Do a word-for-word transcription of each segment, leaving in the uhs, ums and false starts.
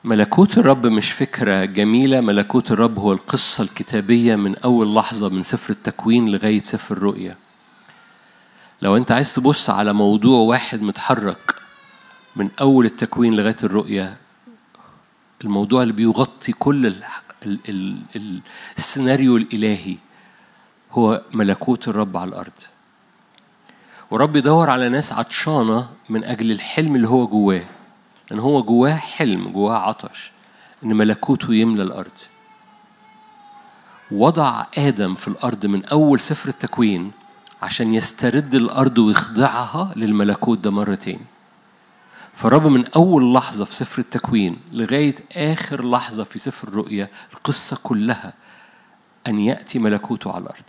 ملكوت الرب مش فكرة جميلة. ملكوت الرب هو القصة الكتابية من أول لحظة من سفر التكوين لغاية سفر الرؤيا. لو أنت عايز تبص على موضوع واحد متحرك من أول التكوين لغاية الرؤيا، الموضوع اللي بيغطي كل ال ال ال ال السيناريو الإلهي هو ملكوت الرب على الأرض. ورب يدور على ناس عطشانة من أجل الحلم اللي هو جواه، لأن هو جواه حلم، جواه عطش إن ملكوته يملى الأرض. وضع آدم في الأرض من أول سفر التكوين عشان يسترد الأرض ويخضعها للملكوت ده مرتين. فرب من أول لحظة في سفر التكوين لغاية آخر لحظة في سفر الرؤيا، القصة كلها أن يأتي ملكوته على الأرض.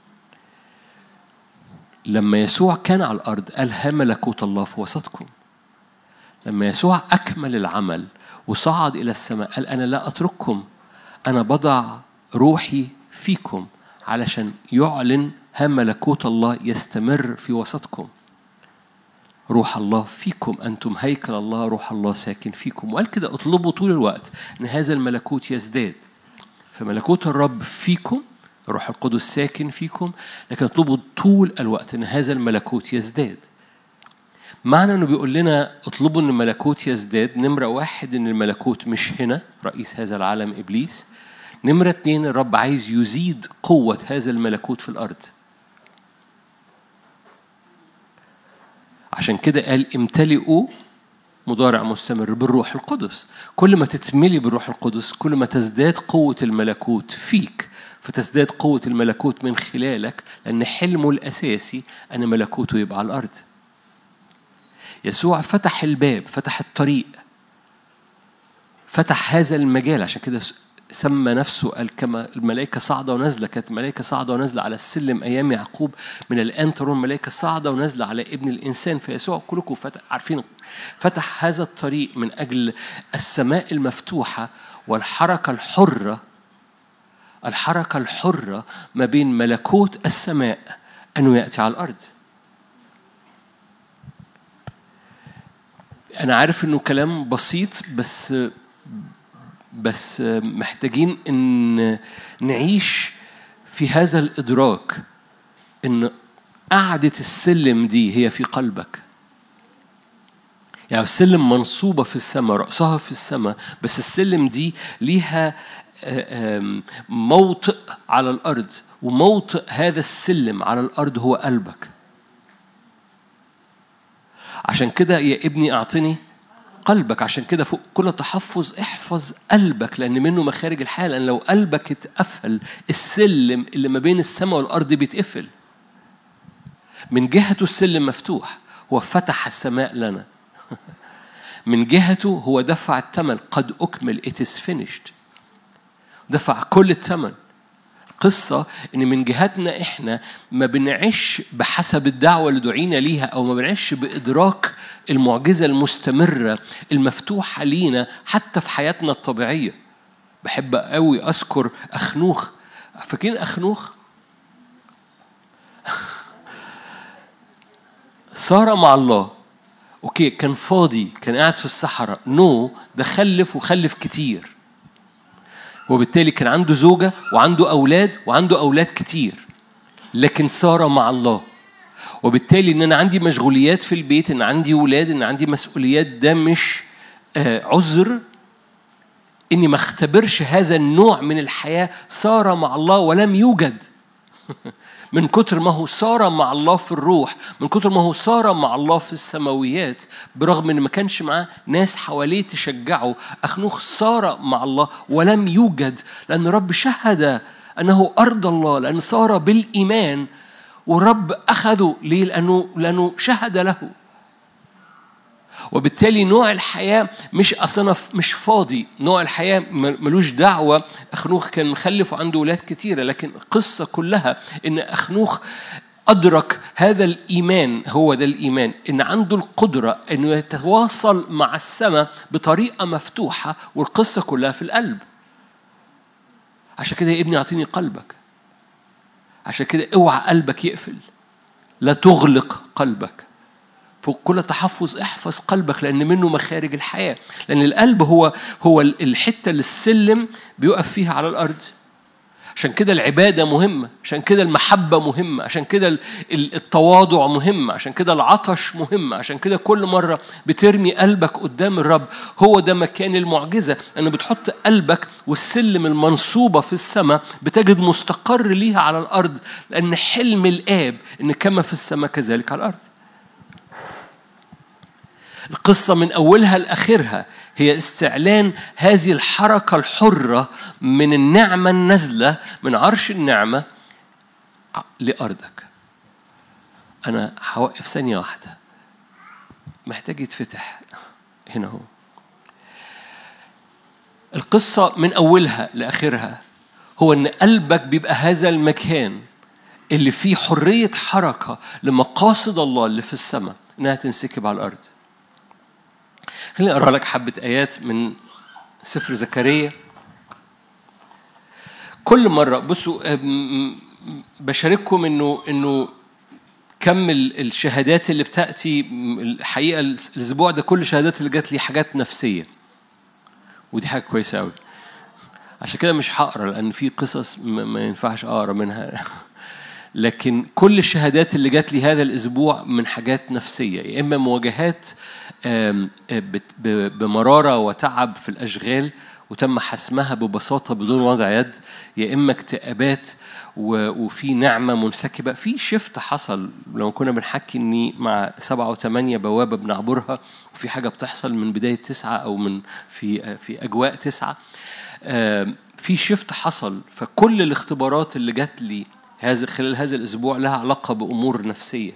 لما يسوع كان على الأرض قال ها ملكوت الله في وسطكم. لما يسوع أكمل العمل وصعد إلى السماء قال أنا لا أترككم، أنا بضع روحي فيكم علشان يعلن ها ملكوت الله يستمر في وسطكم. روح الله فيكم، أنتم هيكل الله، روح الله ساكن فيكم. وقال كده اطلبوا طول الوقت أن هذا الملكوت يزداد. فملكوت الرب فيكم، روح القدس ساكن فيكم، لكن اطلبوا طول الوقت أن هذا الملكوت يزداد. معنى أنه بيقول لنا اطلبوا أن الملكوت يزداد، نمرة واحد أن الملكوت مش هنا رئيس هذا العالم إبليس. نمرة اتنين الرب عايز يزيد قوة هذا الملكوت في الأرض. عشان كده قال امتلئوا مضارع مستمر بالروح القدس. كل ما تتملي بالروح القدس كل ما تزداد قوة الملكوت فيك، فتزداد قوة الملكوت من خلالك، لأن حلمه الأساسي أن ملكوته يبقى على الأرض. يسوع فتح الباب، فتح الطريق، فتح هذا المجال. عشان كده سمى نفسه قال كما الملائكة صاعدة ونازلة. كانت الملائكة صاعدة ونازلة على السلم أيام يعقوب، من الآن ترون الملائكة صاعدة ونازلة على ابن الإنسان. فيسوع كلكم فتح، عارفين، فتح هذا الطريق من أجل السماء المفتوحة والحركة الحرة، الحركة الحرة ما بين ملكوت السماء أنه يأتي على الأرض. أنا عارف إنه كلام بسيط، بس بس محتاجين إن نعيش في هذا الإدراك إن قعدة السلم دي هي في قلبك. يعني السلم منصوبة في السماء، رأسها في السماء، بس السلم دي ليها موطئ على الأرض، وموطئ هذا السلم على الأرض هو قلبك. عشان كده يا ابني أعطني قلبك. عشان كده فوق كل تحفظ احفظ قلبك، لأن منه مخارج الحياة. لأن لو قلبك اتقفل السلم اللي ما بين السماء والأرض بيتقفل. من جهته السلم مفتوح، هو فتح السماء لنا. من جهته هو دفع الثمن، قد أكمل، it is finished، دفع كل الثمن. قصة إن من جهتنا إحنا ما بنعيش بحسب الدعوة اللي دعينا ليها، أو ما بنعيش بإدراك المعجزة المستمرة المفتوحة لينا حتى في حياتنا الطبيعية. بحب قوي أذكر أخنوخ. فاكرين أخنوخ؟ صار مع الله، أوكي، كان فاضي، كان قاعد في الصحراء، نو ده خلف وخلف كتير، وبالتالي كان عنده زوجة وعنده أولاد وعنده أولاد كتير، لكن صار مع الله. وبالتالي إن أنا عندي مشغوليات في البيت، إن عندي أولاد، إن عندي مسؤوليات، ده مش عذر إني ما اختبرش هذا النوع من الحياة. صار مع الله ولم يوجد. من كتر ما هو صار مع الله في الروح، من كتر ما هو صار مع الله في السماويات، برغم إن ما كانش معاه ناس حواليه تشجعه، أخنوخ صار مع الله ولم يوجد، لأن رب شهد أنه أرض الله، لأن صار بالإيمان، ورب أخذه ليه؟ لأنه لأنه شهد له. وبالتالي نوع الحياة مش أصلا مش فاضي، نوع الحياة ملوش دعوة. أخنوخ كان مخلف وعنده أولاد كتيرة، لكن القصة كلها إن أخنوخ أدرك هذا الإيمان. هو ده الإيمان، إن عنده القدرة إنه يتواصل مع السماء بطريقة مفتوحة، والقصة كلها في القلب. عشان كده يا ابني أعطيني قلبك. عشان كده اوعى قلبك يقفل، لا تغلق قلبك. فوق كل تحفظ احفظ قلبك لأن منه مخارج الحياة. لأن القلب هو هو الحتة اللي السلم بيقف فيها على الأرض. عشان كده العبادة مهمة، عشان كده المحبة مهمة، عشان كده التواضع مهم، عشان كده العطش مهم، عشان كده كل مرة بترمي قلبك قدام الرب. هو ده مكان المعجزة، أنه بتحط قلبك والسلم المنصوبة في السماء بتجد مستقر ليها على الأرض، لأن حلم الآب إن كما في السماء كذلك على الأرض. القصة من أولها لآخرها هي استعلان هذه الحركة الحرة من النعمة النازلة من عرش النعمة لأرضك. أنا هوقف ثانية واحدة، محتاج يتفتح هنا. هو القصة من أولها لآخرها هو أن قلبك بيبقى هذا المكان اللي فيه حرية حركة لمقاصد الله اللي في السماء أنها تنسكب على الأرض. خليني أقرأ لك حبة آيات من سفر زكريا. كل مرة بصوا بشارككم إنه إنه كم الشهادات اللي بتأتي الحقيقة الأسبوع ده، كل الشهادات اللي جات لي حاجات نفسية، ودي حاجة كويسة أوي. عشان كده مش هقرأ لأن في قصص ما ينفعش أقرأ منها لكن كل الشهادات اللي جات لي هذا الأسبوع من حاجات نفسية، يا إما مواجهات بمرارة وتعب في الأشغال وتم حسمها ببساطة بدون وضع يد، يا إما اكتئابات وفي نعمة منسكبة. في شفت حصل لو كنا بنحكي إني مع سبعة وثمانية بوابة بنعبرها، وفي حاجة بتحصل من بداية تسعة أو من في في أجواء تسعة. في شفت حصل. فكل الاختبارات اللي جات لي هذا خلال هذا الأسبوع لها علاقة بأمور نفسية.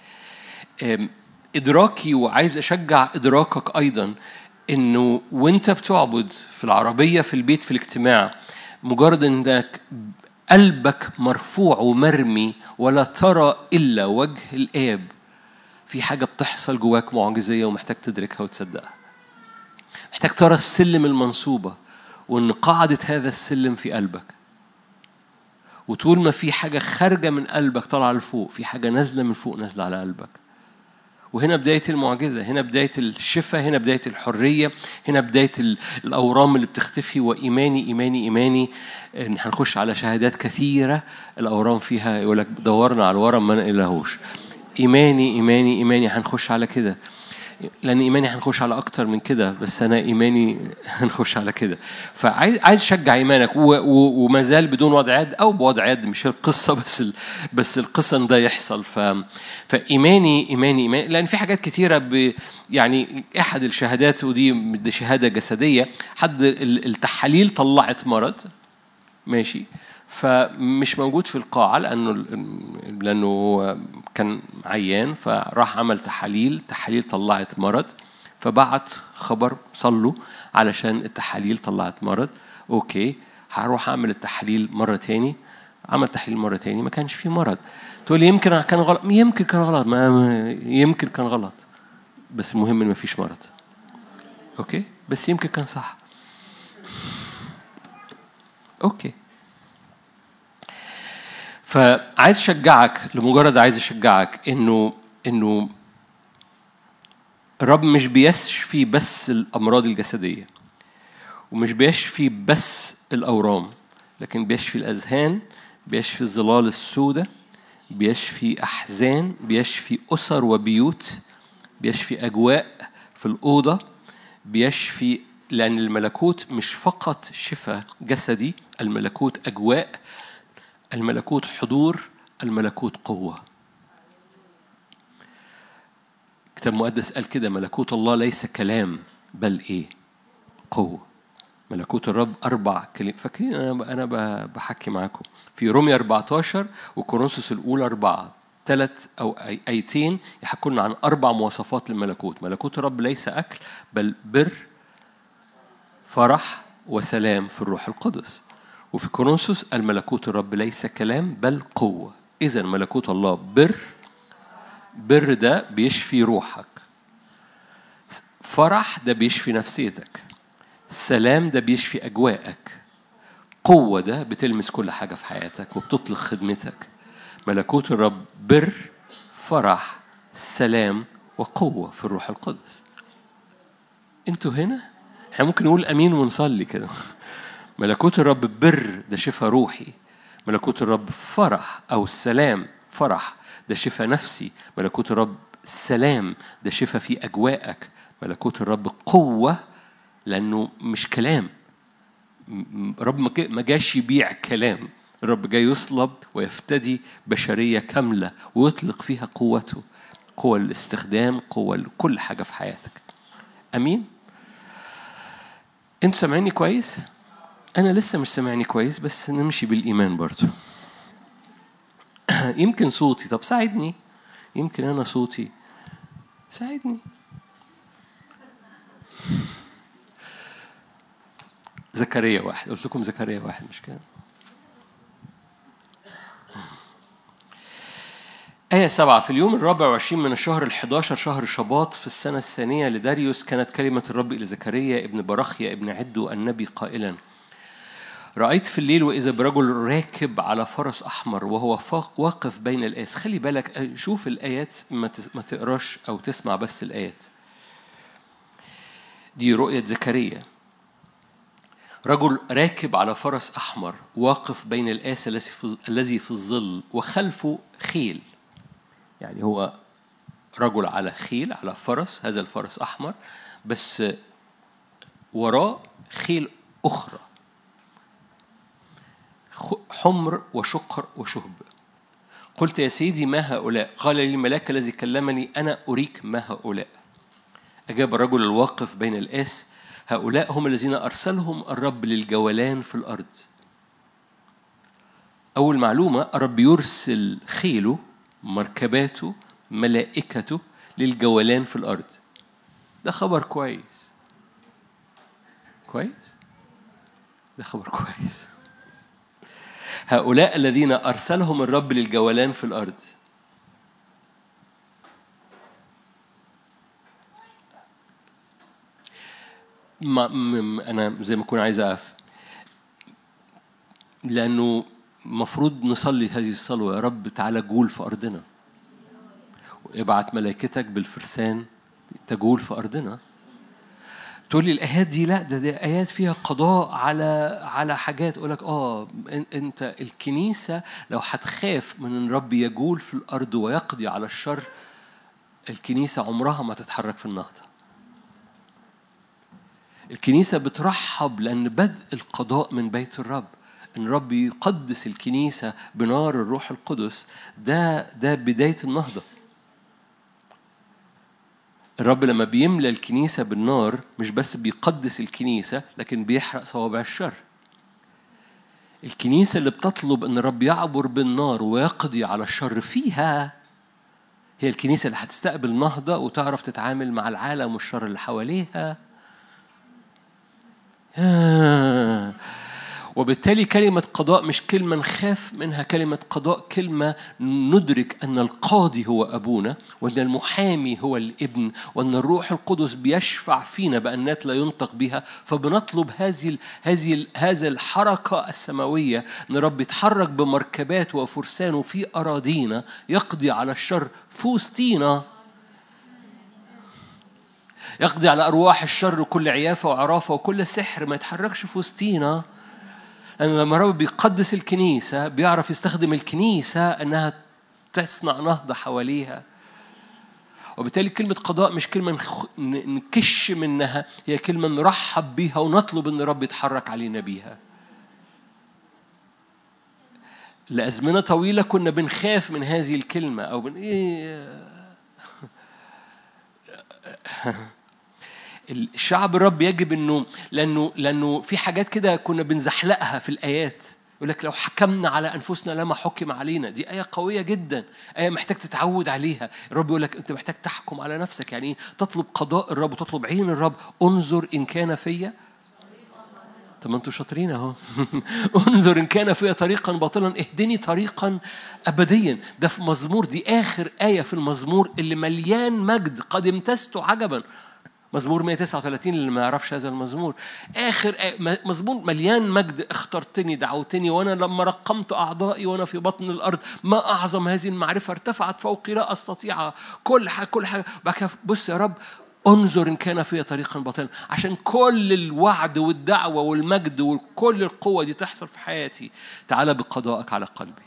إدراكي وعايز أشجع إدراكك أيضا إنه وإنت بتعبد في العربية في البيت في الاجتماع، مجرد إنك قلبك مرفوع ومرمي ولا ترى إلا وجه الآب، في حاجة بتحصل جواك معجزية ومحتاج تدركها وتصدقها. محتاج ترى السلم المنصوبة وإن قاعدة هذا السلم في قلبك، وطول ما في حاجة خارجة من قلبك طالعة لفوق، في حاجة نازلة من فوق نازلة على قلبك. وهنا بداية المعجزة، هنا بداية الشفاء، هنا بداية الحرية، هنا بداية الأورام اللي بتختفي. وإيماني إيماني إيماني إن هنخش على شهادات كثيرة الأورام فيها يقولك دورنا على الورم ما نلاقيهوش. إيماني إيماني إيماني هنخش على كده، لأن إيماني هنخش على أكتر من كده، بس أنا إيماني هنخش على كده. فعايز عايز شجع إيمانك وما زال بدون وضع يد أو بوضع يد، مش القصة بس ال... بس القصة إن ده يحصل. ف... فإيماني إيماني إيماني لأن في حاجات كتيرة ب... يعني أحد الشهادات ودي شهادة جسدية، حد التحاليل طلعت مرض ماشي، فمش موجود في القاعة لأنه لأنه كان عيان، فراح عمل تحاليل، تحاليل طلعت مرض، فبعت خبر صلوا علشان التحاليل طلعت مرض. أوكي هروح أعمل التحاليل مرة تاني. عمل تحليل مرة تاني ما كانش فيه مرض. تقول لي يمكن كان غلط، يمكن كان غلط، ما يمكن كان غلط، بس المهم إن ما فيش مرض. أوكي بس يمكن كان صح. أوكي فعايز أشجعك، لمجرد عايز أشجعك إنه إنه الرب مش بيشفي بس الأمراض الجسدية، ومش بيشفي بس الأورام، لكن بيشفي الأذهان، بيشفي الظلال السوداء، بيشفي أحزان، بيشفي أسر وبيوت، بيشفي أجواء في الأوضة، بيشفي. لأن الملكوت مش فقط شفاء جسدي، الملكوت أجواء، الملكوت حضور، الملكوت قوة. كتاب مقدس قال كده: ملكوت الله ليس كلام بل إيه؟ قوة. ملكوت الرب أربع كلمات. فاكرين أنا أنا بحكي معاكم في رومية أربعة عشر وكورنثوس الأولى أربعة، ثلاث أو آيتين يحكون عن أربع مواصفات للملكوت. ملكوت الرب ليس أكل بل بر، فرح، وسلام في الروح القدس. وفي كورنثوس الملكوت الرب ليس كلام بل قوة. إذن ملكوت الله بر، بر ده بيشفي روحك، فرح ده بيشفي نفسيتك، سلام ده بيشفي أجواءك، قوة ده بتلمس كل حاجة في حياتك وبتطلق خدمتك. ملكوت الرب بر، فرح، سلام، وقوة في الروح القدس. انتوا هنا؟ احنا ممكن نقول امين ونصلي كده. ملكوت الرب بر، ده شفاء روحي. ملكوت الرب فرح او السلام، فرح ده شفاء نفسي. ملكوت الرب سلام، ده شفاء في اجواءك. ملكوت الرب قوة، لانه مش كلام. رب ما جاش يبيع كلام، الرب جاي يصلب ويفتدي بشرية كاملة ويطلق فيها قوته، قوة الاستخدام، قوة لكل حاجة في حياتك. أمين؟ أنتوا سامعيني كويس؟ أنا لسه مش سامعني كويس، بس نمشي بالإيمان برضو. يمكن صوتي، طب ساعدني، يمكن أنا صوتي، ساعدني. زكريا واحد، قلت لكم زكريا واحد مش كده؟ آية سبعة: في اليوم الرابع والعشرين من الشهر الحداشر شهر شباط في السنة الثانية لداريوس كانت كلمة الرب إلى زكريا ابن برخيا ابن عدو النبي قائلا: رأيت في الليل وإذا برجل راكب على فرس أحمر وهو واقف بين الآس. خلي بالك، شوف الآيات، ما تقراش أو تسمع بس الآيات. دي رؤية زكريا، رجل راكب على فرس أحمر واقف بين الآس الذي في الظل وخلفه خيل. يعني هو رجل على خيل، على فرس، هذا الفرس أحمر بس وراه خيل أخرى حمر وشقر وشهب. قلت يا سيدي ما هؤلاء؟ قال لي الملاك الذي كلمني أنا أريك ما هؤلاء. أجاب الرجل الواقف بين الآس: هؤلاء هم الذين أرسلهم الرب للجولان في الأرض. أول معلومة، الرب يرسل خيله، مركباته، ملائكته للجولان في الأرض. ده خبر كويس كويس ده خبر كويس. هؤلاء الذين أرسلهم الرب للجولان في الأرض. ما أنا زي ما أكون عايز أعرف، لأنه مفروض نصلي هذه الصلوة: يا رب تعالى جول في أرضنا، وابعت ملائكتك بالفرسان تجول في أرضنا. تقول لي الآيات دي لا، ده, ده آيات فيها قضاء على على حاجات. أقولك آه أنت الكنيسة لو هتخاف من أن رب يجول في الأرض ويقضي على الشر، الكنيسة عمرها ما تتحرك في النهضة. الكنيسة بترحب لأن بدء القضاء من بيت الرب، إن رب يقدس الكنيسة بنار الروح القدس، ده ده بداية النهضة. الرب لما بيملى الكنيسة بالنار مش بس بيقدس الكنيسة، لكن بيحرق صوابع الشر. الكنيسة اللي بتطلب أن الرب يعبر بالنار ويقضي على الشر فيها هي الكنيسة اللي هتستقبل نهضة وتعرف تتعامل مع العالم والشر اللي حواليها. آه. وبالتالي كلمة قضاء مش كلمة نخاف منها، كلمة قضاء كلمة ندرك أن القاضي هو أبونا، وأن المحامي هو الابن، وأن الروح القدس بيشفع فينا بأنات لا ينطق بها. فبنطلب هذه هذه هذا الحركة السماوية، أن رب يتحرك بمركبات وفرسان في أراضينا يقضي على الشر في وسطينا، يقضي على أرواح الشر وكل عيافة وعرافة وكل سحر ما يتحركش في وسطينا. أن لما رب بيقدس الكنيسة بيعرف يستخدم الكنيسة أنها تصنع نهضة حواليها. وبالتالي كلمة قضاء مش كلمة نكش منها، هي كلمة نرحب بيها ونطلب أن رب يتحرك علينا بيها. لأزمنة طويلة كنا بنخاف من هذه الكلمة أو بن إيه الشعب الرب يجب إنه لأنه لأنه في حاجات كده كنا بنزحلقها في الآيات. يقول لك لو حكمنا على أنفسنا لما حكم علينا. دي آية قوية جدا، آية محتاج تتعود عليها. الرب يقول لك أنت محتاج تحكم على نفسك. يعني تطلب قضاء الرب وتطلب عين الرب. انظر إن كان فيا، طب ما انتوا شاطرين اهو. انظر إن كان فيا طريقا باطلا اهدني طريقا أبديا. ده في مزمور، دي آخر آية في المزمور اللي مليان مجد. قد امتزت عجبا. مزمور مئة وتسعة وثلاثين اللي ما يعرفش هذا المزمور، آخر مزمور مليان مجد. اخترتني دعوتني وأنا لما رقمت أعضائي وأنا في بطن الأرض، ما أعظم هذه المعرفة ارتفعت فوقي لا أستطيع. كل حاجة كل حاجة بقى. بص يا رب، انظر إن كان في طريقا باطلا، عشان كل الوعد والدعوة والمجد وكل القوة دي تحصل في حياتي. تعال بقضائك على قلبي،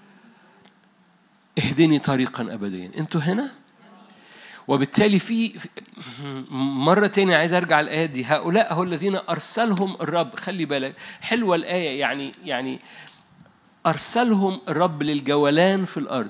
اهدني طريقا أبديا. انتوا هنا؟ وبالتالي في مرة تانية عايز أرجع الآية دي. هؤلاء هو الذين أرسلهم الرب. خلي بالك، حلوة الآية. يعني يعني أرسلهم الرب للجولان في الأرض.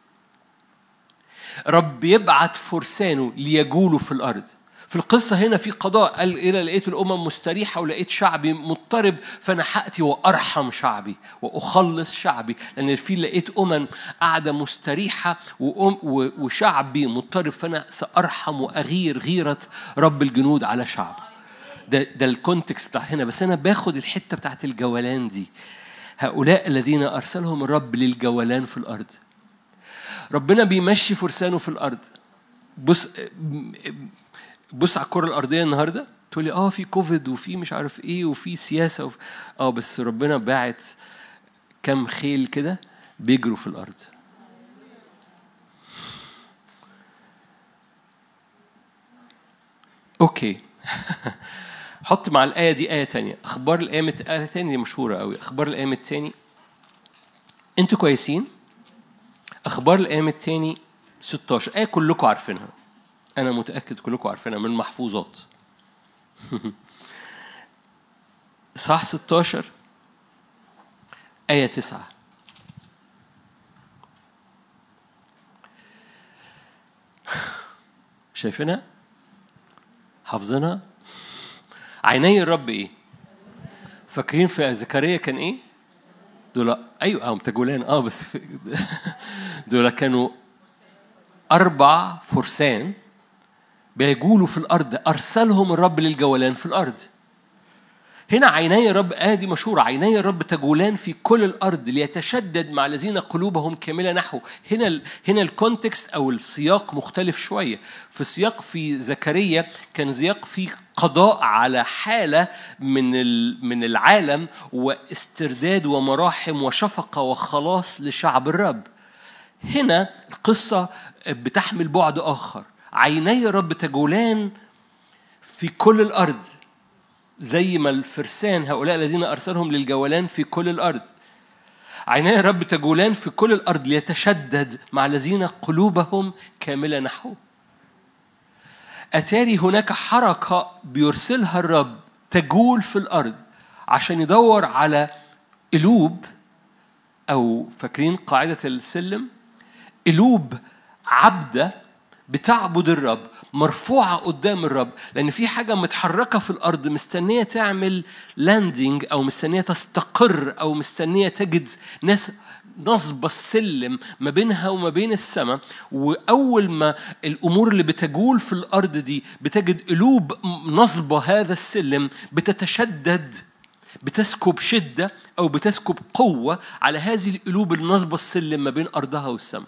رب يبعت فرسانه ليجولوا في الأرض. في القصة هنا في قضاء. قال إلى لقيت الأمم مستريحة ولقيت شعبي مضطرب، فأنا حأتي وأرحم شعبي وأخلص شعبي. لأن في لقيت أمم قاعدة مستريحة وشعبي مضطرب، فأنا سأرحم وأغير غيرة رب الجنود على شعب. ده, ده الكونتكست بتاع هنا. بس أنا باخد الحتة بتاعت الجولان دي. هؤلاء الذين أرسلهم الرب للجولان في الأرض. ربنا بيمشي فرسانه في الأرض. بص بص على الكرة الأرضية النهاردة، تقول لي آه في كوفيد وفي مش عارف إيه وفي سياسة وفي آه بس ربنا باعت كم خيل كده بيجروا في الأرض. أوكي. حط مع الآية دي آية تانية. أخبار الأيام آية تانية مشهورة قوي. أخبار الأيام التاني. أنتوا كويسين؟ أخبار الأيام التاني ستاشر آية كلكم عارفينها. أنا متأكد كلكم عارفينها من المحفوظات. صح ستاشر آية تسعة. شايفينها؟ حافظينها؟ عيني الرب إيه؟ فاكرين في زكريا كان إيه؟ دول أيوة هم تجولان آه بس دول كانوا أربع فرسان بيجولوا في الأرض. أرسلهم الرب للجولان في الأرض. هنا عيني الرب، آه دي مشهورة، عيني الرب تجولان في كل الأرض ليتشدد مع الذين قلوبهم كاملة نحو. هنا ال هنا الكونتكست أو السياق مختلف شوية. في السياق في زكريا كان سياق فيه قضاء على حالة من من العالم واسترداد ومراحم وشفقة وخلاص لشعب الرب. هنا القصة بتحمل بعد آخر. عيني الرب تجولان في كل الأرض، زي ما الفرسان هؤلاء الذين أرسلهم للجولان في كل الأرض. عيني الرب تجولان في كل الأرض ليتشدد مع الذين قلوبهم كاملة نحوه. أتاري هناك حركة بيرسلها الرب تجول في الأرض عشان يدور على قلوب، أو فاكرين قاعدة السلم، قلوب عبدة بتعبد الرب مرفوعة قدام الرب. لأن في حاجة متحركة في الأرض مستنية تعمل لاندينج، أو مستنية تستقر، أو مستنية تجد ناس نصب السلم ما بينها وما بين السماء. وأول ما الأمور اللي بتجول في الأرض دي بتجد قلوب نصب هذا السلم بتتشدد، بتسكب شدة أو بتسكب قوة على هذه القلوب النصب السلم ما بين أرضها والسماء.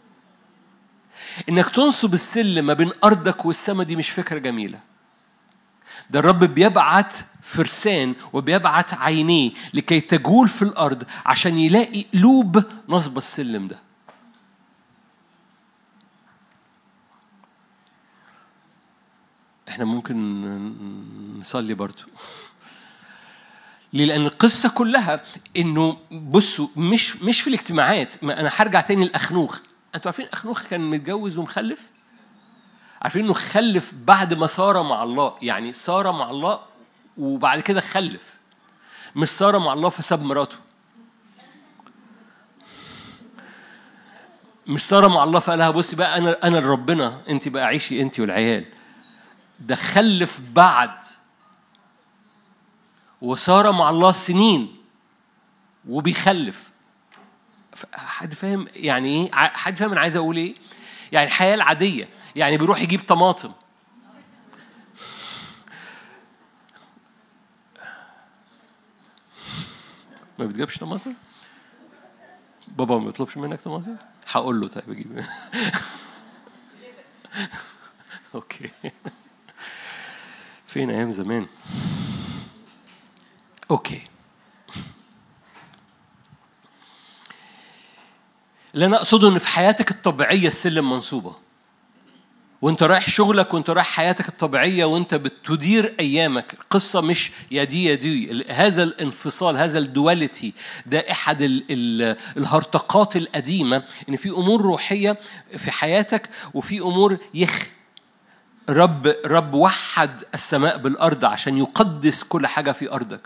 إنك تنصب السلم ما بين أرضك والسماء دي مش فكرة جميلة. ده الرب بيبعت فرسان وبيبعت عينيه لكي تجول في الأرض عشان يلاقي قلوب نصب السلم ده. إحنا ممكن نصلي برضو ليه؟ لأن القصة كلها إنه بصوا مش مش في الاجتماعات. أنا هرجع تاني لأخنوخ. أنتوا عارفين أخنوخ كان متجوز ومخلف؟ عارفين إنه خلف بعد ما صار مع الله. يعني صار مع الله وبعد كده خلف، مش صار مع الله فساب مراته، مش صار مع الله فقالها بصي بقى أنا أنا لربنا، أنت بقى عيشي أنت والعيال. ده خلف بعد وصار مع الله سنين وبيخلف. حد فاهم يعني ايه؟ حد فاهم انا عايز اقول ايه؟ يعني الحياه العاديه، يعني بيروح يجيب طماطم، ما بتجيبش طماطم؟ بابا ما بيطلبش منك طماطم؟ هقول له طيب اجيب. اوكي. فين أيام زمان؟ أوكي. اللي أنا أقصده إن في حياتك الطبيعية السلم منصوبة، وانت رايح شغلك وانت رايح حياتك الطبيعية وانت بتدير أيامك. القصة مش يا دي يا دي. هذا الانفصال، هذا الدواليتي، ده أحد ال ال الهرطقات القديمة، إن في أمور روحية في حياتك وفي أمور يخ. رب رب وحد السماء بالأرض عشان يقدس كل حاجة في أرضك.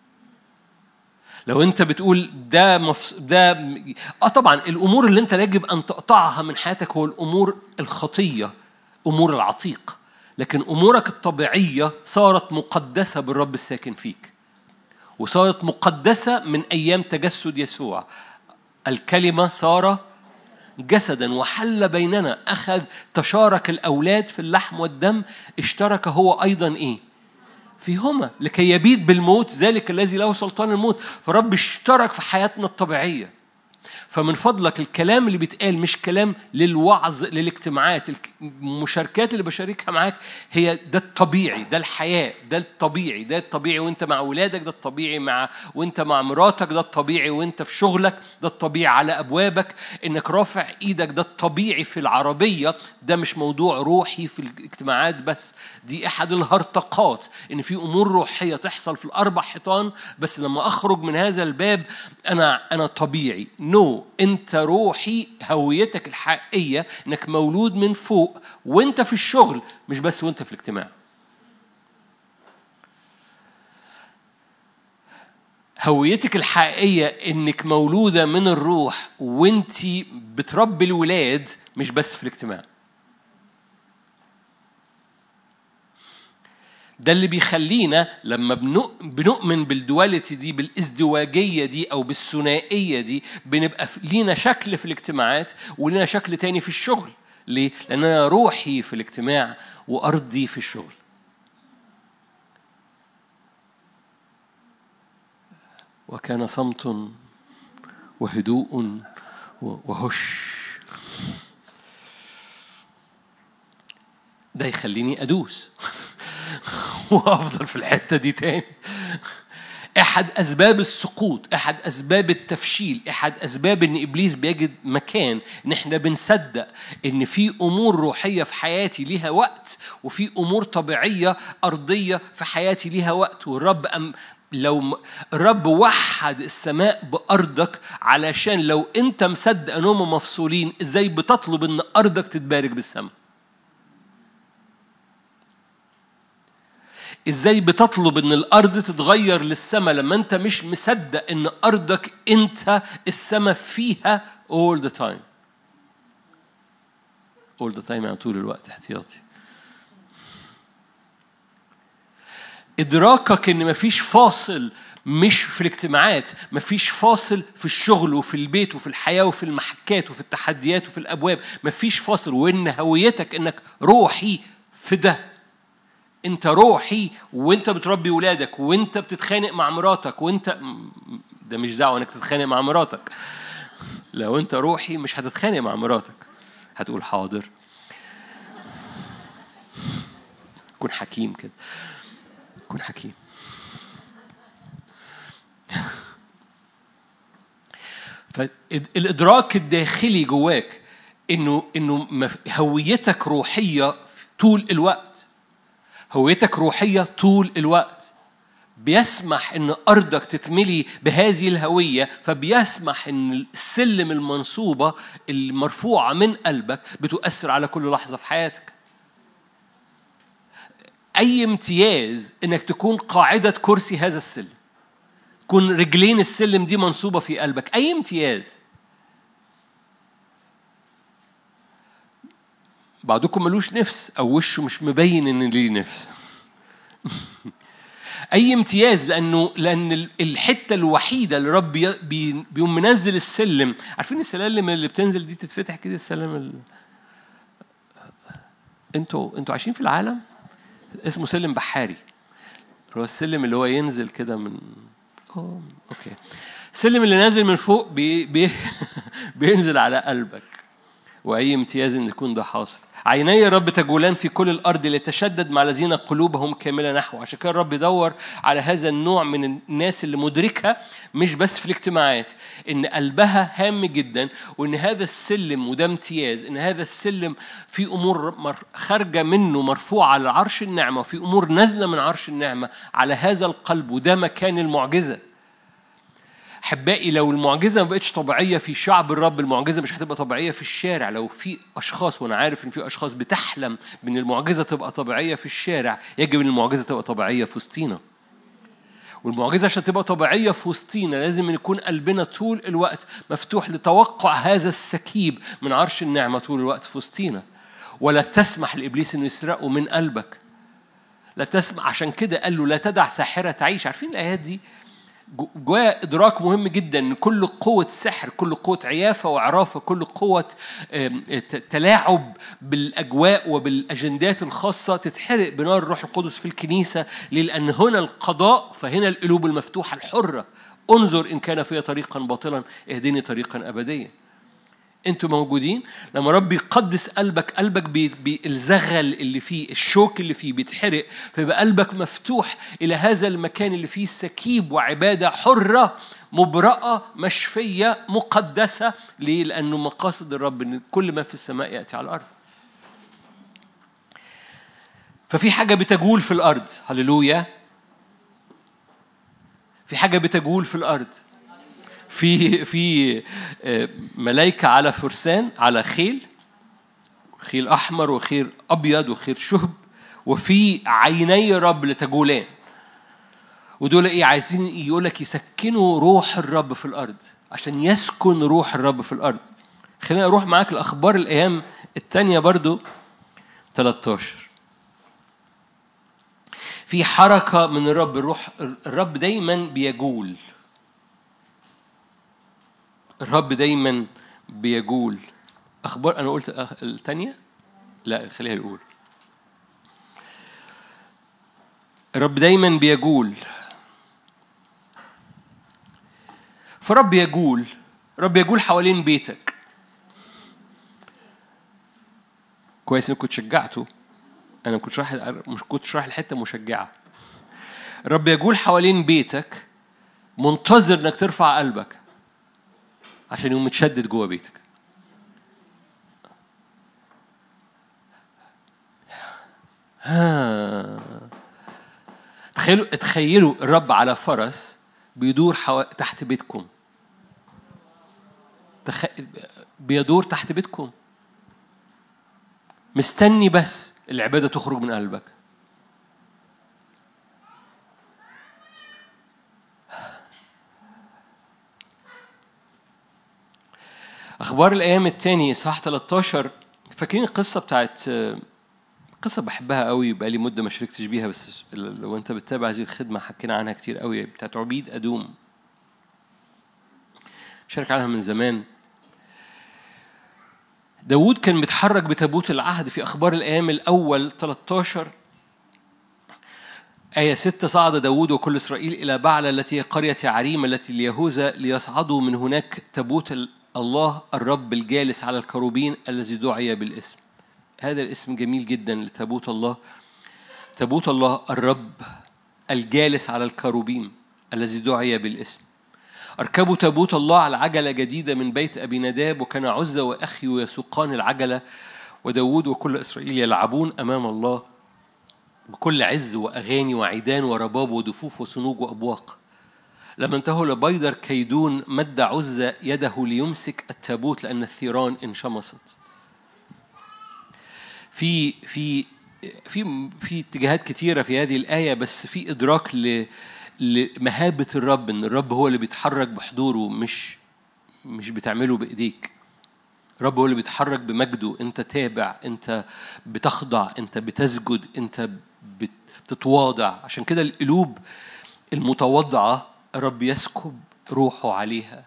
لو انت بتقول ده مفس... ده اه طبعا الامور اللي انت يجب ان تقطعها من حياتك هو الامور الخطيه، امور العتيق، لكن امورك الطبيعيه صارت مقدسه بالرب الساكن فيك، وصارت مقدسه من ايام تجسد يسوع. الكلمه صار جسدا وحل بيننا، اخذ تشارك الاولاد في اللحم والدم، اشترك هو ايضا ايه فيهما لكي يبيد بالموت ذلك الذي له سلطان الموت. فرب اشترك في حياتنا الطبيعية. فمن فضلك الكلام اللي بيتقال مش كلام للوعظ للاجتماعات، المشاركات اللي بشاركها معاك هي ده الطبيعي، ده الحياة، ده الطبيعي، ده الطبيعي وانت مع ولادك، ده الطبيعي مع وانت مع مراتك، ده الطبيعي وانت في شغلك، ده الطبيعي على أبوابك انك رافع ايدك، ده الطبيعي في العربية. ده مش موضوع روحي في الاجتماعات بس، دي احد الهرطقات ان في امور روحية تحصل في الاربع حيطان. بس لما اخرج من هذا الباب انا انا طبيعي. نو no. انت روحي، هويتك الحقيقية انك مولود من فوق وانت في الشغل، مش بس وانت في الاجتماع. هويتك الحقيقية انك مولودة من الروح وانت بتربي الولاد، مش بس في الاجتماع. ده اللي بيخلينا لما بنؤمن بالدواليتي دي، بالازدواجية دي أو بالثنائية دي، بنبقى لينا شكل في الاجتماعات ولينا شكل تاني في الشغل. ليه؟ لأن أنا روحي في الاجتماع وأرضي في الشغل. وكان صمت وهدوء وهش. ده يخليني أدوس وأفضل في الحتة دي تاني. أحد أسباب السقوط، أحد أسباب التفشيل، أحد أسباب إن إبليس بيجد مكان إن إحنا بنصدق إن في أمور روحية في حياتي ليها وقت، وفي أمور طبيعية أرضية في حياتي ليها وقت. والرب أم لو الرب وحد السماء بأرضك علشان لو أنت مصدق أنهم مفصولين، إزاي بتطلب إن أرضك تتبارك بالسماء؟ إزاي بتطلب إن الأرض تتغير للسماء لما أنت مش مصدق إن أرضك أنت السماء فيها all the time all the time يعني طول الوقت احتياطي. إدراكك إن مفيش فاصل، مش في الاجتماعات، مفيش فاصل في الشغل وفي البيت وفي الحياة وفي المحكات وفي التحديات وفي الأبواب، مفيش فاصل. وإن هويتك إنك روحي في ده. انت روحي وانت بتربي ولادك وانت بتتخانق مع مراتك وانت ده مش دعوة انك تتخانق مع مراتك. لو انت روحي مش هتتخانق مع مراتك، هتقول حاضر. كن حكيم كده، كن حكيم. فالإدراك الداخلي جواك انه انه هويتك روحية طول الوقت، هويتك روحية طول الوقت، بيسمح إن أرضك تتملي بهذه الهوية. فبيسمح إن السلم المنصوبة المرفوعة من قلبك بتؤثر على كل لحظة في حياتك. أي امتياز إنك تكون قاعدة كرسي هذا السلم، تكون رجلين السلم دي منصوبة في قلبك. أي امتياز. بعضكم ملوش نفس أو وشه مش مبين إن ليه نفس. أي امتياز، لأنه لأن الحتة الوحيدة اللي رب بيوم منزل السلم. عارفين السلالم اللي بتنزل دي تتفتح كده، السلم ال... انتوا انتوا عايشين في العالم اسمه سلم بحاري، هو السلم اللي هو ينزل كده من أوه. أوكي. السلم اللي نازل من فوق بي... بي... بينزل على قلبك. وأي امتياز إن يكون ده حاصل. عيني الرب تجولان في كل الأرض ليتشدد مع الذين قلوبهم كاملة نحوه. عشان كده الرب يدور على هذا النوع من الناس اللي مدركة مش بس في الاجتماعات إن قلبها هام جدا، وإن هذا السلم وده امتياز، إن هذا السلم في أمور خارجة منه مرفوعة على عرش النعمة، وفي أمور نازلة من عرش النعمة على هذا القلب، وده مكان المعجزة. أحبائي، لو المعجزة ما بقتش طبيعية في شعب الرب، المعجزة مش هتبقى طبيعية في الشارع. لو في أشخاص، وأنا عارف إن في أشخاص بتحلم بأن المعجزة تبقى طبيعية في الشارع، يجب أن المعجزة تبقى طبيعية في وسطينا. والمعجزة عشان تبقى طبيعية في وسطينا لازم يكون قلبنا طول الوقت مفتوح لتوقع هذا السكيب من عرش النعمة طول الوقت في وسطينا. ولا تسمح لإبليس إنه يسرقه من قلبك. لا تسمح. عشان كده قال له لا تدع ساحرة تعيش. عارفين الآيات دي جواء إدراك مهم جدا إن كل قوة سحر، كل قوة عيافة وعرافة، كل قوة تلاعب بالأجواء وبالأجندات الخاصة تتحرق بنار الروح القدس في الكنيسة. لأن هنا القضاء، فهنا القلوب المفتوحة الحرة. انظر إن كان فيها طريقا باطلا اهدني طريقا أبديا. أنتوا موجودين لما رب يقدس قلبك، قلبك بالزغل اللي فيه، الشوك اللي فيه بيتحرق، فيبقى قلبك مفتوح إلى هذا المكان اللي فيه سكيب وعبادة حرة مبرأة مشفية مقدسة. ليه؟ لأنه مقاصد الرب إن كل ما في السماء يأتي على الأرض. ففي حاجة بتجول في الأرض. هللويا. في حاجة بتجول في الأرض. في في ملائكة على فرسان، على خيل، خيل أحمر وخيل أبيض وخيل شهب، وفي عيني رب لتجولان. ودول إيه؟ عايزين يقولك يسكنوا روح الرب في الأرض، عشان يسكن روح الرب في الأرض. خلينا أروح معاك الأخبار الأيام التانية برضو ثلاثة عشر. في حركة من الرب. الروح الرب دايما بيجول. الرب دايما بيجول. أخبار أنا قلت الثانية؟ لا، خليها الأولى. الرب دايما بيجول. فرب يجول. رب يجول حوالين بيتك. كويس إنك كنت شجعته. أنا كنت شرح مش كنت شرح الحتة مشجعة. الرب يجول حوالين بيتك منتظر إنك ترفع قلبك عشان يوم متشدد جوه بيتك. ها تخيلوا تخيلوا الرب على فرس بيدور حو... تحت بيتكم. تخ... بيدور تحت بيتكم مستني بس العبادة تخرج من قلبك. أخبار الأيام التاني صح ثلاثة عشر. فاكرين القصة بتاعت قصة بحبها قوي، بقالي مدة ما شاركتش بيها، بس لو أنت بتتابع هذه الخدمة حكينا عنها كتير قوي، بتاعت عبيد أدوم. شارك عنها من زمان. داود كان بيتحرك بتابوت العهد في أخبار الأيام الأول ثلاثة عشر آية ستة. صعد داود وكل إسرائيل إلى بعلة التي هي قرية عريم التي ليهوذا ليصعدوا من هناك تابوت الله الرب الجالس على الكروبين الذي دعي بالاسم. هذا الاسم جميل جدا لتابوت الله. تابوت الله الرب الجالس على الكروبين الذي دعي بالاسم. أركبوا تابوت الله على عجلة جديدة من بيت أبي نداب، وكان عزة وأخي يسوقان العجلة، وداود وكل إسرائيل يلعبون أمام الله بكل عز وأغاني وعيدان ورباب ودفوف وصنوج وأبواق. لما انتهوا لبيدر كيدون مد عزة يده ليمسك التابوت لأن الثيران انشمصت. في في في في اتجاهات كتيرة في هذه الآية، بس في إدراك ل لمهابة الرب، إن الرب هو اللي بيتحرك بحضوره، مش مش بتعمله بإيديك. الرب هو اللي بيتحرك بمجده. أنت تابع، أنت بتخضع، أنت بتسجد، أنت بتتواضع. عشان كده القلوب المتواضعة الرب يسكب روحه عليها.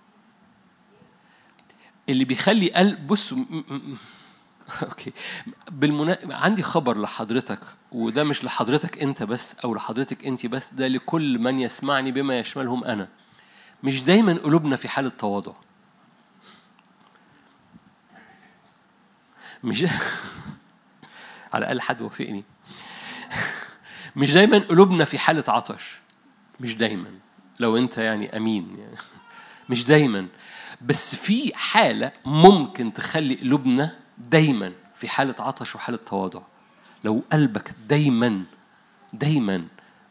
اللي بيخلي قلب بص م- م- اوكي بالمنا... عندي خبر لحضرتك، وده مش لحضرتك انت بس او لحضرتك انت بس، ده لكل من يسمعني بما يشملهم انا. مش دايما قلوبنا في حالة تواضع. مش على الأقل حد وافقني. مش دايما قلوبنا في حالة عطش، مش دايما، لو أنت يعني أمين يعني. مش دايما، بس في حالة ممكن تخلي قلوبنا دايما في حالة عطش وحالة تواضع. لو قلبك دايما دايما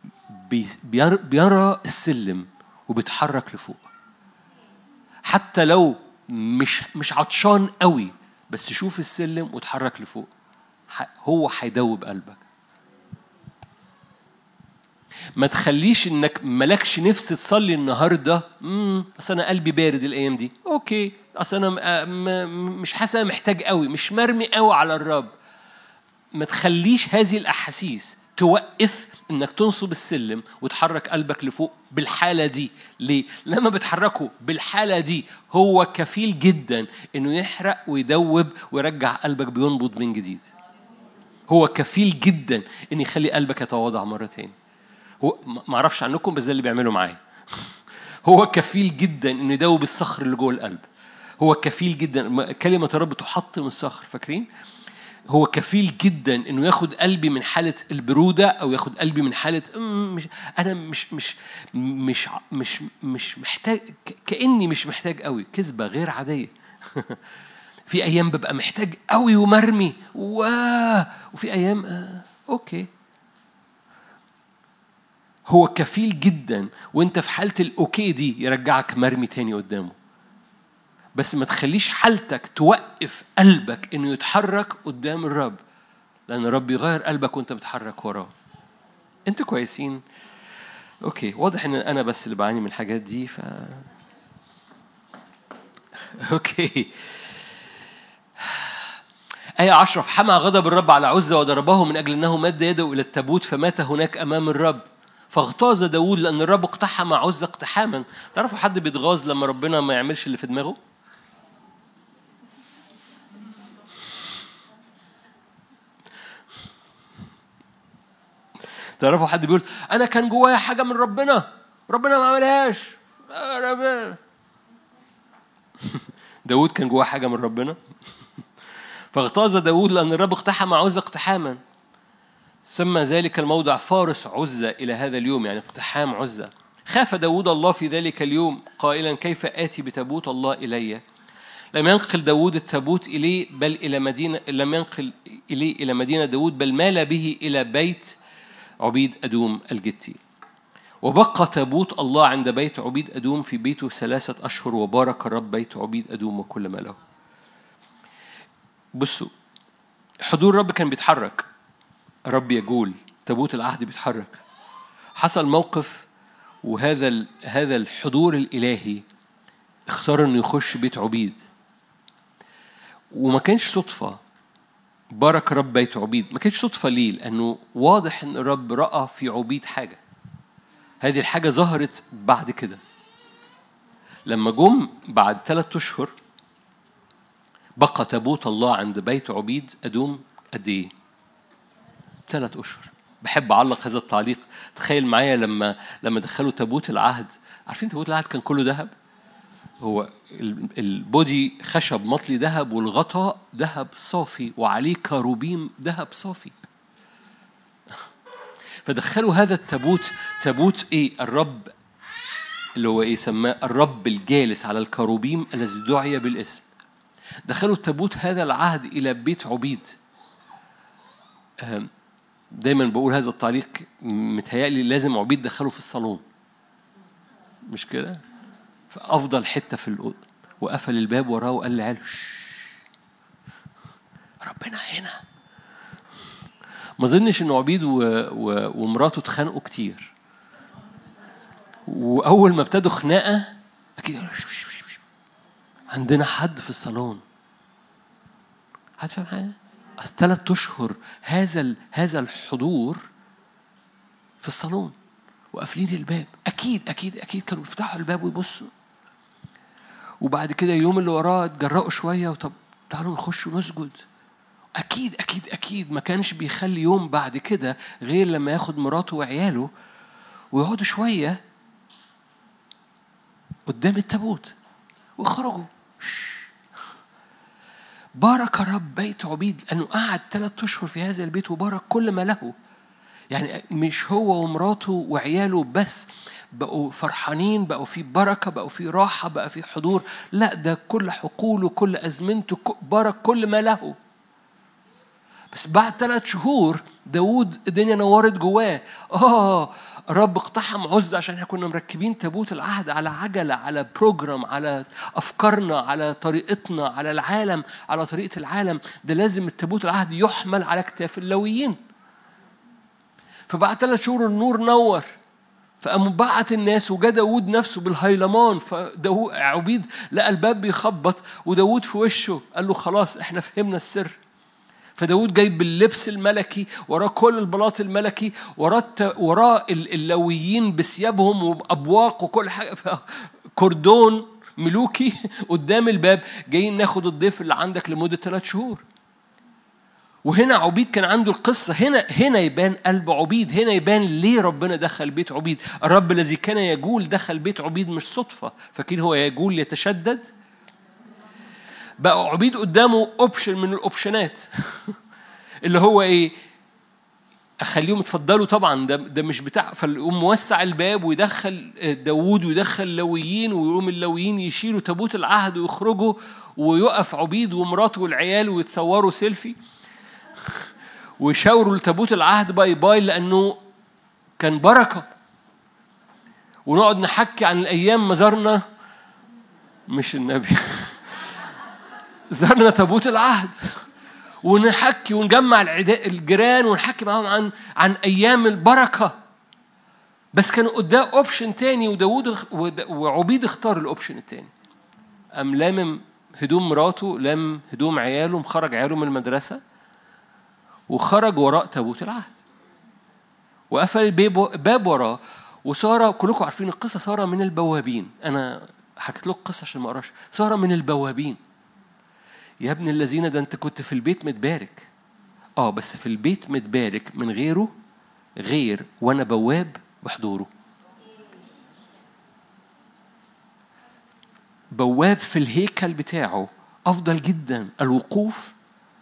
بيرى السلم وبيتحرك لفوق، حتى لو مش مش عطشان قوي، بس شوف السلم وتحرك لفوق، هو هيدوب قلبك. ما تخليش انك ملكش نفس تصلي النهارده، امم اصل انا قلبي بارد الايام دي، اوكي، اصل انا مش حاسس محتاج قوي، مش مرمي قوي على الرب. ما تخليش هذه الاحاسيس توقف انك تنصب السلم وتحرك قلبك لفوق بالحاله دي. ليه؟ لما بتحركه بالحاله دي هو كفيل جدا انه يحرق ويدوب ويرجع قلبك بينبض من جديد. هو كفيل جدا ان يخلي قلبك يتواضع مره تاني. هو ما اعرفش عنكم، بس ده اللي بيعمله معايا. هو كفيل جدا انه يدوب الصخر اللي جوه القلب. هو كفيل جدا، كلمه الرب تحطم الصخر، فاكرين؟ هو كفيل جدا انه ياخد قلبي من حاله البروده، او ياخد قلبي من حاله مش انا مش مش مش مش مش محتاج، كاني مش محتاج قوي. كذبه غير عاديه. في ايام ببقى محتاج قوي ومرمي واه، وفي ايام آه اوكي. هو كفيل جدا وانت في حالة الاوكي دي يرجعك مرمي تاني قدامه. بس ما تخليش حالتك توقف قلبك انه يتحرك قدام الرب، لان الرب يغير قلبك وانت بتحرك وراه. انتوا كويسين؟ اوكي، واضح ان انا بس اللي بعاني من الحاجات دي. ف اوكي. آية عشرة: حمى غضب الرب على عزة وضربه من أجل أنه مد يده إلى التابوت فمات هناك أمام الرب. فاغتاظ داود لأن الرب اقتحم عزة اقتحاما. تعرفوا حد بيتغاظ لما ربنا ما يعملش اللي في دماغه؟ تعرفوا حد بيقول أنا كان جوايا حاجة من ربنا، ربنا ما عملهاش. ربنا. داود كان جواه حاجة من ربنا. فاغتاظ داود لأن الرب اقتحم عزة اقتحاما. سمى ذلك الموضع فارس عزة إلى هذا اليوم، يعني اقتحام عزة. خاف داود الله في ذلك اليوم قائلا كيف آتي بتابوت الله إلي؟ لم ينقل داود التابوت إليه بل إلى مدينة لم ينقل إليه إلى مدينة داود، بل مال به إلى بيت عبيد أدوم الجتي. وبقى تابوت الله عند بيت عبيد أدوم في بيته ثلاثة أشهر، وبارك الرب بيت عبيد أدوم وكل ما له. بصوا، حضور الرب كان بيتحرك، رب يقول تابوت العهد بيتحرك. حصل موقف، وهذا هذا الحضور الإلهي اختار إنه يخش بيت عبيد، وما كانش صدفة. بارك رب بيت عبيد، ما كانش صدفة. ليه؟ لأنه واضح إن الرب رأى في عبيد حاجة. هذه الحاجة ظهرت بعد كده لما جم بعد ثلاثة أشهر. بقى تابوت الله عند بيت عبيد أدوم قد إيه؟ ثلاث أشهر. بحب أعلق هذا التعليق. تخيل معايا لما لما دخلوا تابوت العهد. عارفين تابوت العهد كان كله ذهب؟ هو البودي خشب مطلي ذهب، والغطاء ذهب صافي، وعليه كروبيم ذهب صافي. فدخلوا هذا التابوت، تابوت إيه؟ الرب، اللي هو إيه سماه؟ الرب الجالس على الكروبيم الذي دعي بالاسم. دخلوا التابوت هذا العهد إلى بيت عبيد. دايما بقول هذا التعليق، متهيألي لازم عبيد دخلوا في الصالون، مش كده؟ فأفضل حتة في الأوضة، وقفل الباب وراه وقال لي عالو ربنا هنا. ما ظنش إنه عبيد و... و... ومراته اتخانقوا كتير، وأول ما ابتدوا خناقة أكيد عندنا حد في الصالون. هتفهم حاجة؟ أصل ثلاث أشهر هذا ال... هذا الحضور في الصالون وقافلين الباب. أكيد أكيد أكيد كانوا يفتحوا الباب ويبصوا، وبعد كده اليوم اللي وراه اتجرأوا شوية، وطب تعالوا نخش ونسجد. أكيد أكيد أكيد ما كانش بيخلي يوم بعد كده غير لما ياخد مراته وعياله ويقعدوا شوية قدام التابوت ويخرجوا. بارك رب بيت عبيد لأنه قعد ثلاثة أشهر في هذا البيت وبارك كل ما له. يعني مش هو ومراته وعياله بس بقوا فرحانين، بقوا في بركة، بقوا في راحة، بقى في حضور. لا، ده كل حقوله كل أزمنته بارك كل ما له. بس بعد ثلاث شهور داود الدنيا نورت جواه. آه رب اقتحم عزة عشان احنا كنا مركبين تابوت العهد على عجلة، على بروجرام، على أفكارنا، على طريقتنا، على العالم، على طريقة العالم. ده لازم التابوت العهد يحمل على كتاف اللاويين. فبعد ثلاث شهور النور نور، فقاموا بعت الناس وجا داود نفسه بالهيلمان. فداود عبيد لقى الباب بيخبط وداود في وشه قال له خلاص احنا فهمنا السر. فداود جايب باللبس الملكي، وراه كل البلاط الملكي، وراه وراه اللاويين بثيابهم وابواق وكل حاجه، كردون ملوكي قدام الباب، جايين ناخد الضيف اللي عندك لمده ثلاث شهور. وهنا عبيد كان عنده القصة. هنا هنا يبان قلب عبيد، هنا يبان ليه ربنا دخل بيت عبيد. الرب الذي كان يجول دخل بيت عبيد مش صدفة. فاكرين هو يجول يتشدد؟ بقى عبيد قدامه اوبشن من الاوبشنات اللي هو ايه؟ اخليهم يتفضلوا طبعا، ده ده مش بتاع. فيقوم موسع الباب ويدخل داوود ويدخل لاويين، ويقوم اللاويين يشيلوا تابوت العهد ويخرجوا، ويقف عبيد ومراته والعيال ويتصوروا سيلفي ويشاوروا لتابوت العهد باي باي لأنه كان بركة. ونقعد نحكي عن الأيام ما زرنا مش النبي زرنا تابوت العهد، ونحكي ونجمع الجيران ونحكي معهم عن عن أيام البركة. بس كانوا قدام أوبشن تاني، وداود وعبيد اختار الأوبشن التاني. أم لامم هدوم مراته، لام هدوم عياله، مخرج عياله من المدرسة وخرج وراء تابوت العهد وقفل الباب وراه. وسارة كلكم عارفين القصة، سارة من البوابين. أنا حكيت لكم قصة عشان ما أقراش. سارة من البوابين. يا ابن الذين، ده أنت كنت في البيت متبارك. آه بس في البيت متبارك من غيره، غير وأنا بواب بحضوره. بواب في الهيكل بتاعه أفضل جدا. الوقوف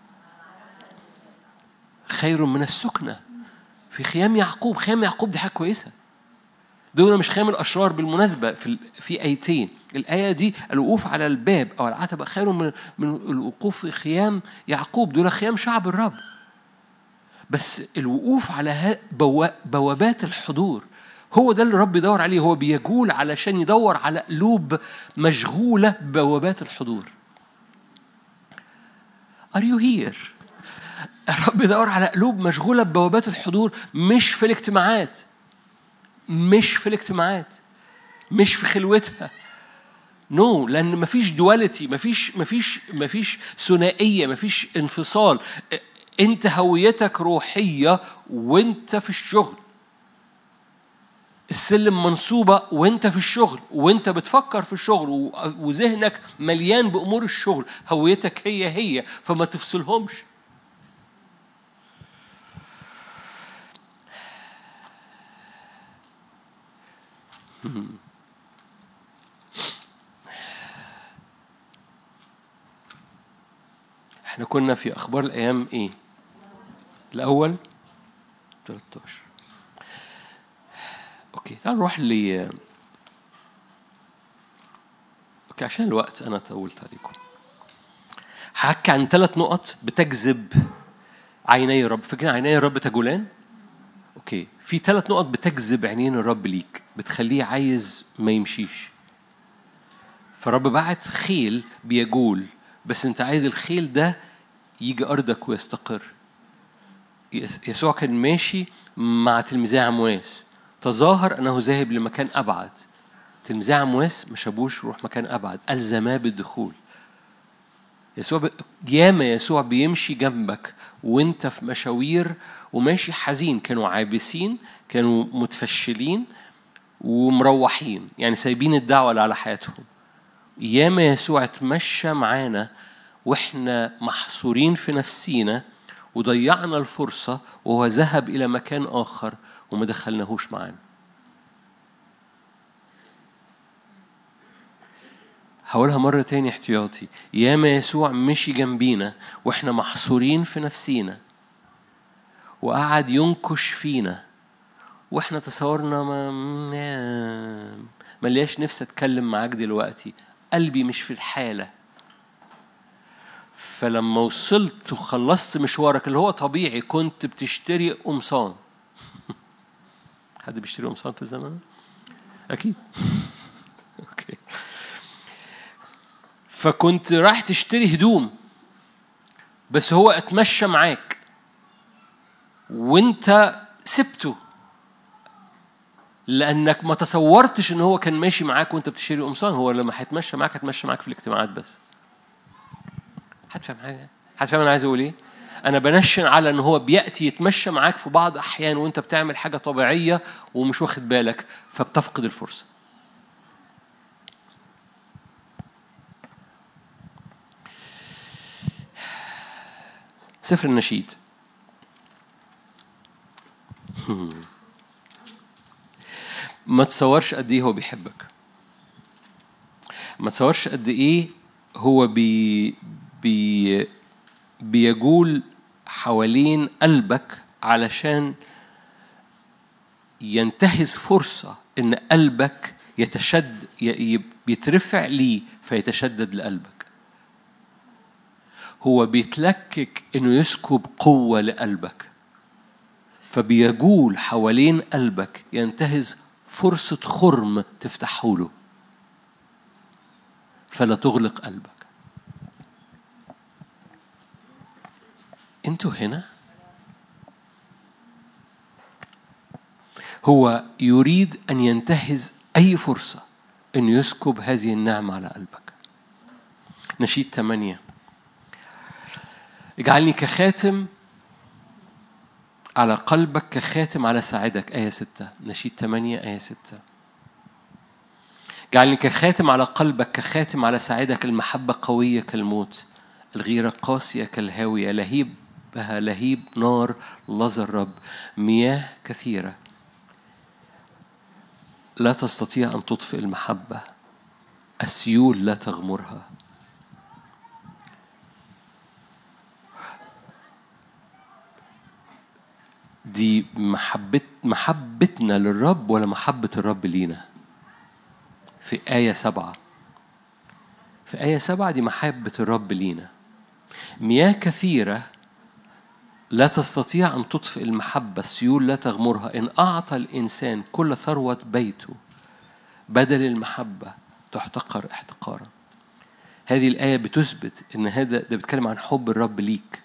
خير من السكنة في خيام يعقوب. خيام يعقوب دي حاجة كويسة. دول مش خيام الأشرار بالمناسبة. في في آيتين الآية دي الوقوف على الباب أو العتبة خير من من الوقوف في خيام يعقوب. دول خيام شعب الرب. بس الوقوف على بوابات الحضور هو ده اللي الرب يدور عليه. هو بيجول علشان يدور على قلوب مشغولة ببوابات الحضور. Are you here؟ الرب يدور على قلوب مشغولة ببوابات الحضور، مش في الاجتماعات، مش في الاجتماعات، مش في خلوتها. نو no, لأن مفيش دواليتي، مفيش مفيش مفيش ثنائية، مفيش انفصال. أنت هويتك روحية وأنت في الشغل. السلم منصوبة وأنت في الشغل، وأنت بتفكر في الشغل، وذهنك مليان بأمور الشغل. هويتك هي هي، فما تفصلهمش. احنا كنا في أخبار الأيام إيه؟ الأول ثلاثة عشر. أوكي تعال نروح لي. أوكي عشان الوقت أنا طولت عليكم. هحكي عن ثلاث نقط بتجذب عيني الرب. فاكرين عيني الرب تجولان؟ أوكي في ثلاث نقط بتجذب عينين الرب ليك، بتخليه عايز ما يمشيش. فرب بعت خيل بيجول، بس أنت عايز الخيل ده يجي أرضك ويستقر. يسوع كان ماشي مع تلميذي عمواس، تظاهر أنه ذاهب لمكان أبعد. تلميذي عمواس ما شابوش روح مكان أبعد، ألزماه بالدخول. يسوع ب... ياما يسوع بيمشي جنبك وانت في مشاوير وماشي حزين. كانوا عابسين، كانوا متفشلين ومروحين، يعني سايبين الدعوة اللي على حياتهم. ياما يسوع اتمشى معانا واحنا محصورين في نفسينا وضيعنا الفرصة، وهو ذهب إلى مكان آخر وما دخلناهوش معانا. هقولها مرة تاني احتياطي. ياما يسوع مشي جنبينا واحنا محصورين في نفسينا وقعد ينكش فينا واحنا تصورنا ما ملياش نفسي اتكلم معاك دلوقتي، قلبي مش في الحالة. فلما وصلت وخلصت مشوارك اللي هو طبيعي، كنت بتشتري قمصان. حد بيشتري قمصان في الزمن؟ أكيد. أوكي. فكنت رايح تشتري هدوم، بس هو اتمشى معاك وانت سبته لأنك ما تصورتش إن هو كان ماشي معاك وانت بتشتري قمصان. هو لما هيتمشى معاك هيتمشى معاك في الاجتماعات بس. هتفهم حاجة؟ هتفهم أنا عايز أقول إيه؟ أنا بنشن على إن هو بيأتي يتمشى معاك في بعض أحيان وأنت بتعمل حاجة طبيعية ومش واخد بالك، فبتفقد الفرصة. سفر النشيد. ما تصورش قد إيه هو بيحبك. ما تصورش قد إيه هو بي بي بيجول حوالين قلبك علشان ينتهز فرصة إن قلبك يتشد يترفع ليه فيتشدد لقلبك. هو بيتلكك إنه يسكب قوة لقلبك، فبيجول حوالين قلبك ينتهز فرصة خرم تفتحه له فلا تغلق قلبك. انتوا هنا؟ هو يريد أن ينتهز أي فرصة أن يسكب هذه النعمة على قلبك. نشيد ثمانية. اجعلني كخاتم على قلبك، كخاتم على ساعدك. آية ستة. نشيد ثمانية آية ستة. اجعلني كخاتم على قلبك، كخاتم على ساعدك. المحبة قوية كالموت، الغيرة قاسية كالهاوية. لهيب بها لهيب نار لظى الرب. مياه كثيرة لا تستطيع أن تطفئ المحبة، السيول لا تغمرها. دي محبت محبتنا للرب ولا محبة الرب لينا؟ في آية سبعة. في آية سبعة دي محبة الرب لينا. مياه كثيرة لا تستطيع أن تطفئ المحبة، السيول لا تغمرها. إن أعطى الإنسان كل ثروة بيته بدل المحبة تحتقر احتقارا. هذه الآية بتثبت إن هذا ده بيتكلم عن حب الرب ليك.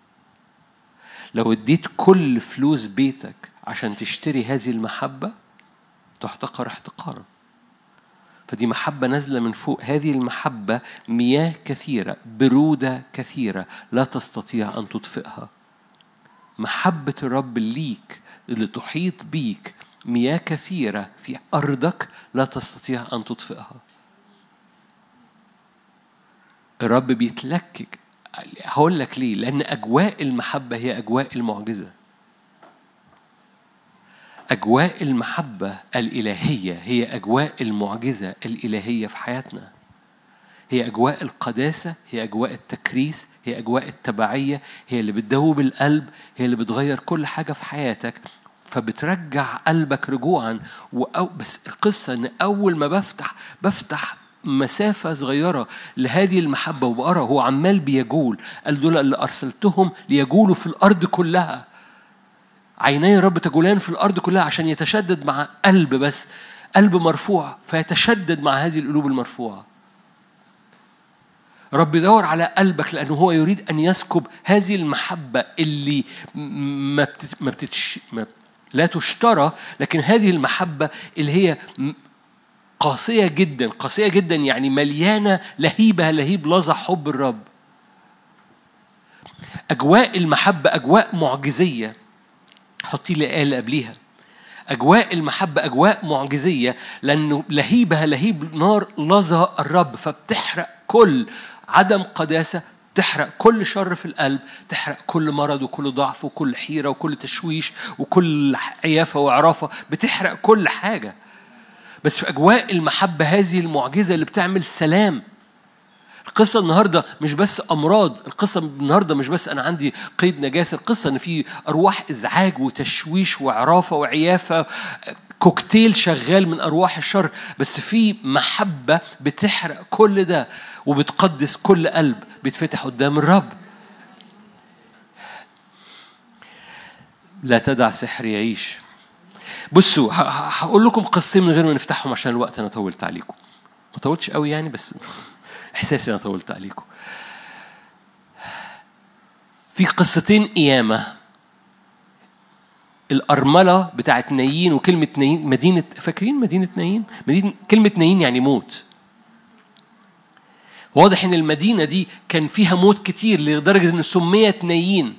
لو اديت كل فلوس بيتك عشان تشتري هذه المحبة تحتقر احتقارا. فدي محبة نازلة من فوق. هذه المحبة مياه كثيرة، برودة كثيرة لا تستطيع أن تطفئها. محبة الرب ليك اللي تحيط بيك مياه كثيرة في أرضك لا تستطيع أن تطفئها. الرب بيتلكك. هقول لك ليه. لأن أجواء المحبة هي أجواء المعجزة. أجواء المحبة الإلهية هي أجواء المعجزة الإلهية في حياتنا. هي أجواء القداسة، هي أجواء التكريس، هي أجواء التبعية، هي اللي بتدوب القلب، هي اللي بتغير كل حاجة في حياتك، فبترجع قلبك رجوعا. وأو بس القصة إن أول ما بفتح بفتح مسافة صغيرة لهذه المحبة وبقرأ هو عمال بيجول. قال دول اللي أرسلتهم ليجولوا في الأرض كلها. عيني الرب تجولان في الأرض كلها عشان يتشدد مع قلب، بس قلب مرفوع فيتشدد مع هذه القلوب المرفوعة. رب يدور على قلبك لأنه هو يريد أن يسكب هذه المحبة اللي ما بتت... ما بتتش... ما... لا تشترى، لكن هذه المحبة اللي هي قاسية جدا، قاسية جدا يعني مليانة لهيبة لهيب لظى حب الرب. أجواء المحبة أجواء معجزية. حطي لي آية اللي قبليها. أجواء المحبة أجواء معجزية لأنه لهيبها لهيب نار لظى الرب، فبتحرق كل عدم قداسة، تحرق كل شر في القلب، تحرق كل مرض وكل ضعف وكل حيرة وكل تشويش وكل عيافة وعرافة، بتحرق كل حاجة. بس في أجواء المحبة هذه المعجزة اللي بتعمل سلام. القصة النهاردة مش بس أمراض، القصة النهاردة مش بس أنا عندي قيد نجاسة، القصة إن في أرواح إزعاج وتشويش وعرافة وعيافة، كوكتيل شغال من أرواح الشر، بس في محبة بتحرق كل ده وبتقدس كل قلب بيتفتح قدام الرب. لا تدع سحر يعيش. بصوا هقول لكم قصتين من غير ما نفتحهم عشان الوقت، أنا طولت عليكم، ما طولتش قوي يعني، بس إحساسي أنا طولت عليكم. في قصتين قيامة، الأرملة بتاعت نايين، وكلمة نايين مدينة، فاكرين مدينة نايين؟ مدينة، كلمة نايين يعني موت. واضح إن المدينة دي كان فيها موت كتير لدرجة إن سميت نايين.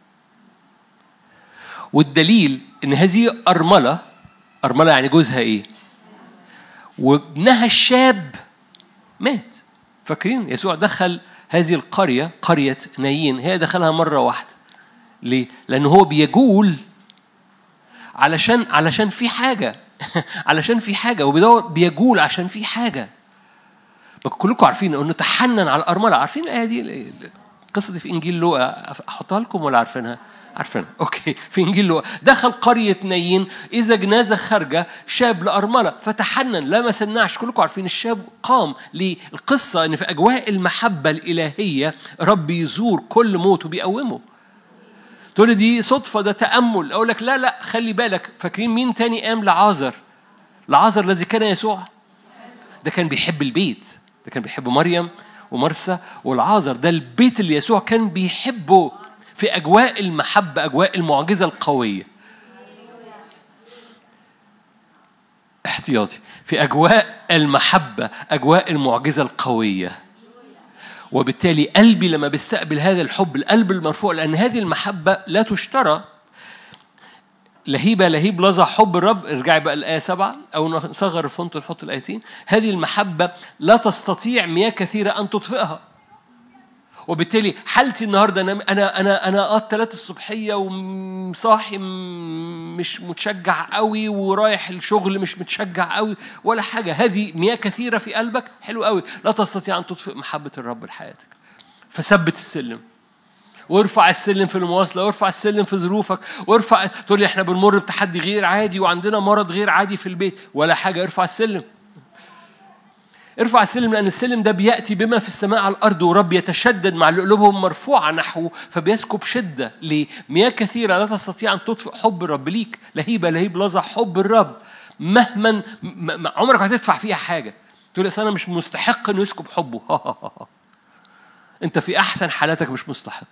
والدليل إن هذه أرملة، أرملة يعني جوزها إيه؟ وابنها الشاب مات. فاكرين يسوع دخل هذه القرية، قرية نايين، هي دخلها مرة واحدة. ليه؟ لأنه هو بيجول علشان علشان في حاجة علشان في حاجة وبيدور، بيجول عشان في حاجة. كلكم عارفين إنه تحنن على الأرملة. عارفين الآية دي؟ القصة دي في إنجيل لوقا، أحطها لكم ولا عارفينها؟ عارفينها. أوكي. في إنجيل لوقا دخل قرية نايين إذا جنازة خارجة شاب لأرملة فتحنن لمس النعش. كلكم عارفين الشاب قام. ليه؟ القصة إن في أجواء المحبة الإلهية رب يزور كل موت وبيقومه. تقول دي صدفة، ده تأمل. أقول لك لا لا، خلي بالك. فاكرين مين تاني قام؟ لعازر. لعازر الذي كان يسوع ده كان بيحب البيت، ده كان بيحب مريم ومرسى والعازر. ده البيت اللي يسوع كان بيحبه في أجواء المحبة، أجواء المعجزة القوية. احتياطي في أجواء المحبة، أجواء المعجزة القوية. وبالتالي قلبي لما بيستقبل هذا الحب، القلب المرفوع، لأن هذه المحبة لا تشترى. لهيبة لهيب لظى حب الرب. ارجعي بقى الآية سبعة أو نصغر الفونت ونحط الآيتين. هذه المحبة لا تستطيع مياه كثيرة أن تطفئها. وبالتالي حالتي النهارده انا انا انا انا اه الثلاث الصبحيه وصاحي مش متشجع قوي ورايح الشغل مش متشجع قوي ولا حاجه. هذه مياه كثيره في قلبك، حلو قوي، لا تستطيع ان تطفئ محبه الرب لحياتك. فثبت السلم وارفع السلم في المواصله، وارفع السلم في ظروفك، وارفع. تقول لي احنا بنمر بتحدي غير عادي وعندنا مرض غير عادي في البيت، ولا حاجه. ارفع السلم، ارفع السلم، لأن السلم ده بيأتي بما في السماء على الأرض، ورب يتشدد مع قلوبهم مرفوعة نحوه فبيسكب شدة. ليه؟ مياه كثيرة لا تستطيع أن تطفئ حب الرب ليك. لهيبة لهيب لظى حب الرب مهما عمرك هتدفع فيها حاجة. تقول لي أنا مش مستحق إنه يسكب حبه. أنت في أحسن حالاتك مش مستحق،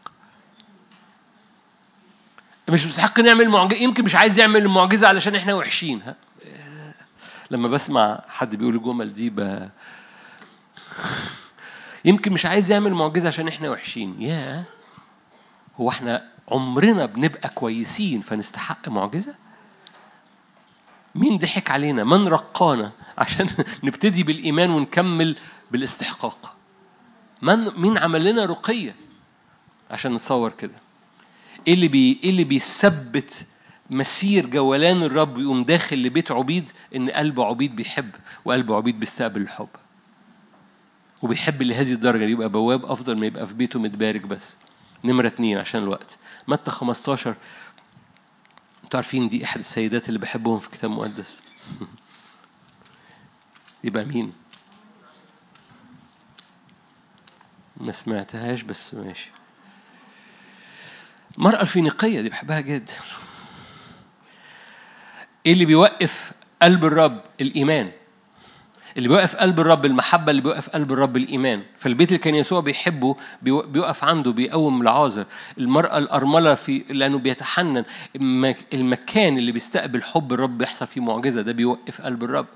مش مستحق نعمل معجزة. يمكن مش عايز يعمل المعجزة علشان إحنا وحشين. ها؟ لما بسمع حد بيقول الجمل دي ب... يمكن مش عايز يعمل معجزة عشان احنا وحشين. يا هو احنا عمرنا بنبقى كويسين فنستحق معجزة؟ مين ضحك علينا؟ من رقانا عشان نبتدي بالإيمان ونكمل بالاستحقاق؟ من مين عمل لنا رقية عشان نتصور كده؟ ايه اللي بي ايه اللي بيثبت مسير جولان الرب يقوم داخل لبيت عبيد؟ إن قلب عبيد بيحب، وقلب عبيد بيستقبل الحب وبيحب لهذه الدرجة. يبقى بواب أفضل ما يبقى في بيته متبارك. بس نمرة اتنين عشان الوقت، متى خمستاشر. انتوا عارفين دي إحد السيدات اللي بحبهم في كتاب مقدس. يبقى مين؟ ما سمعتهاش بس ماشي. المرأة الفينيقية دي بحبها جدا. ايه اللي بيوقف قلب الرب؟ الإيمان. اللي بيوقف قلب الرب المحبة، اللي بيوقف قلب الرب الإيمان. فالبيت اللي كان يسوع بيحبه بيوقف عنده، بيقوم لعازر. المرأة الأرملة في لأنه بيتحنن. المكان اللي بيستقبل حب الرب بيحصل فيه معجزة، ده بيوقف قلب الرب.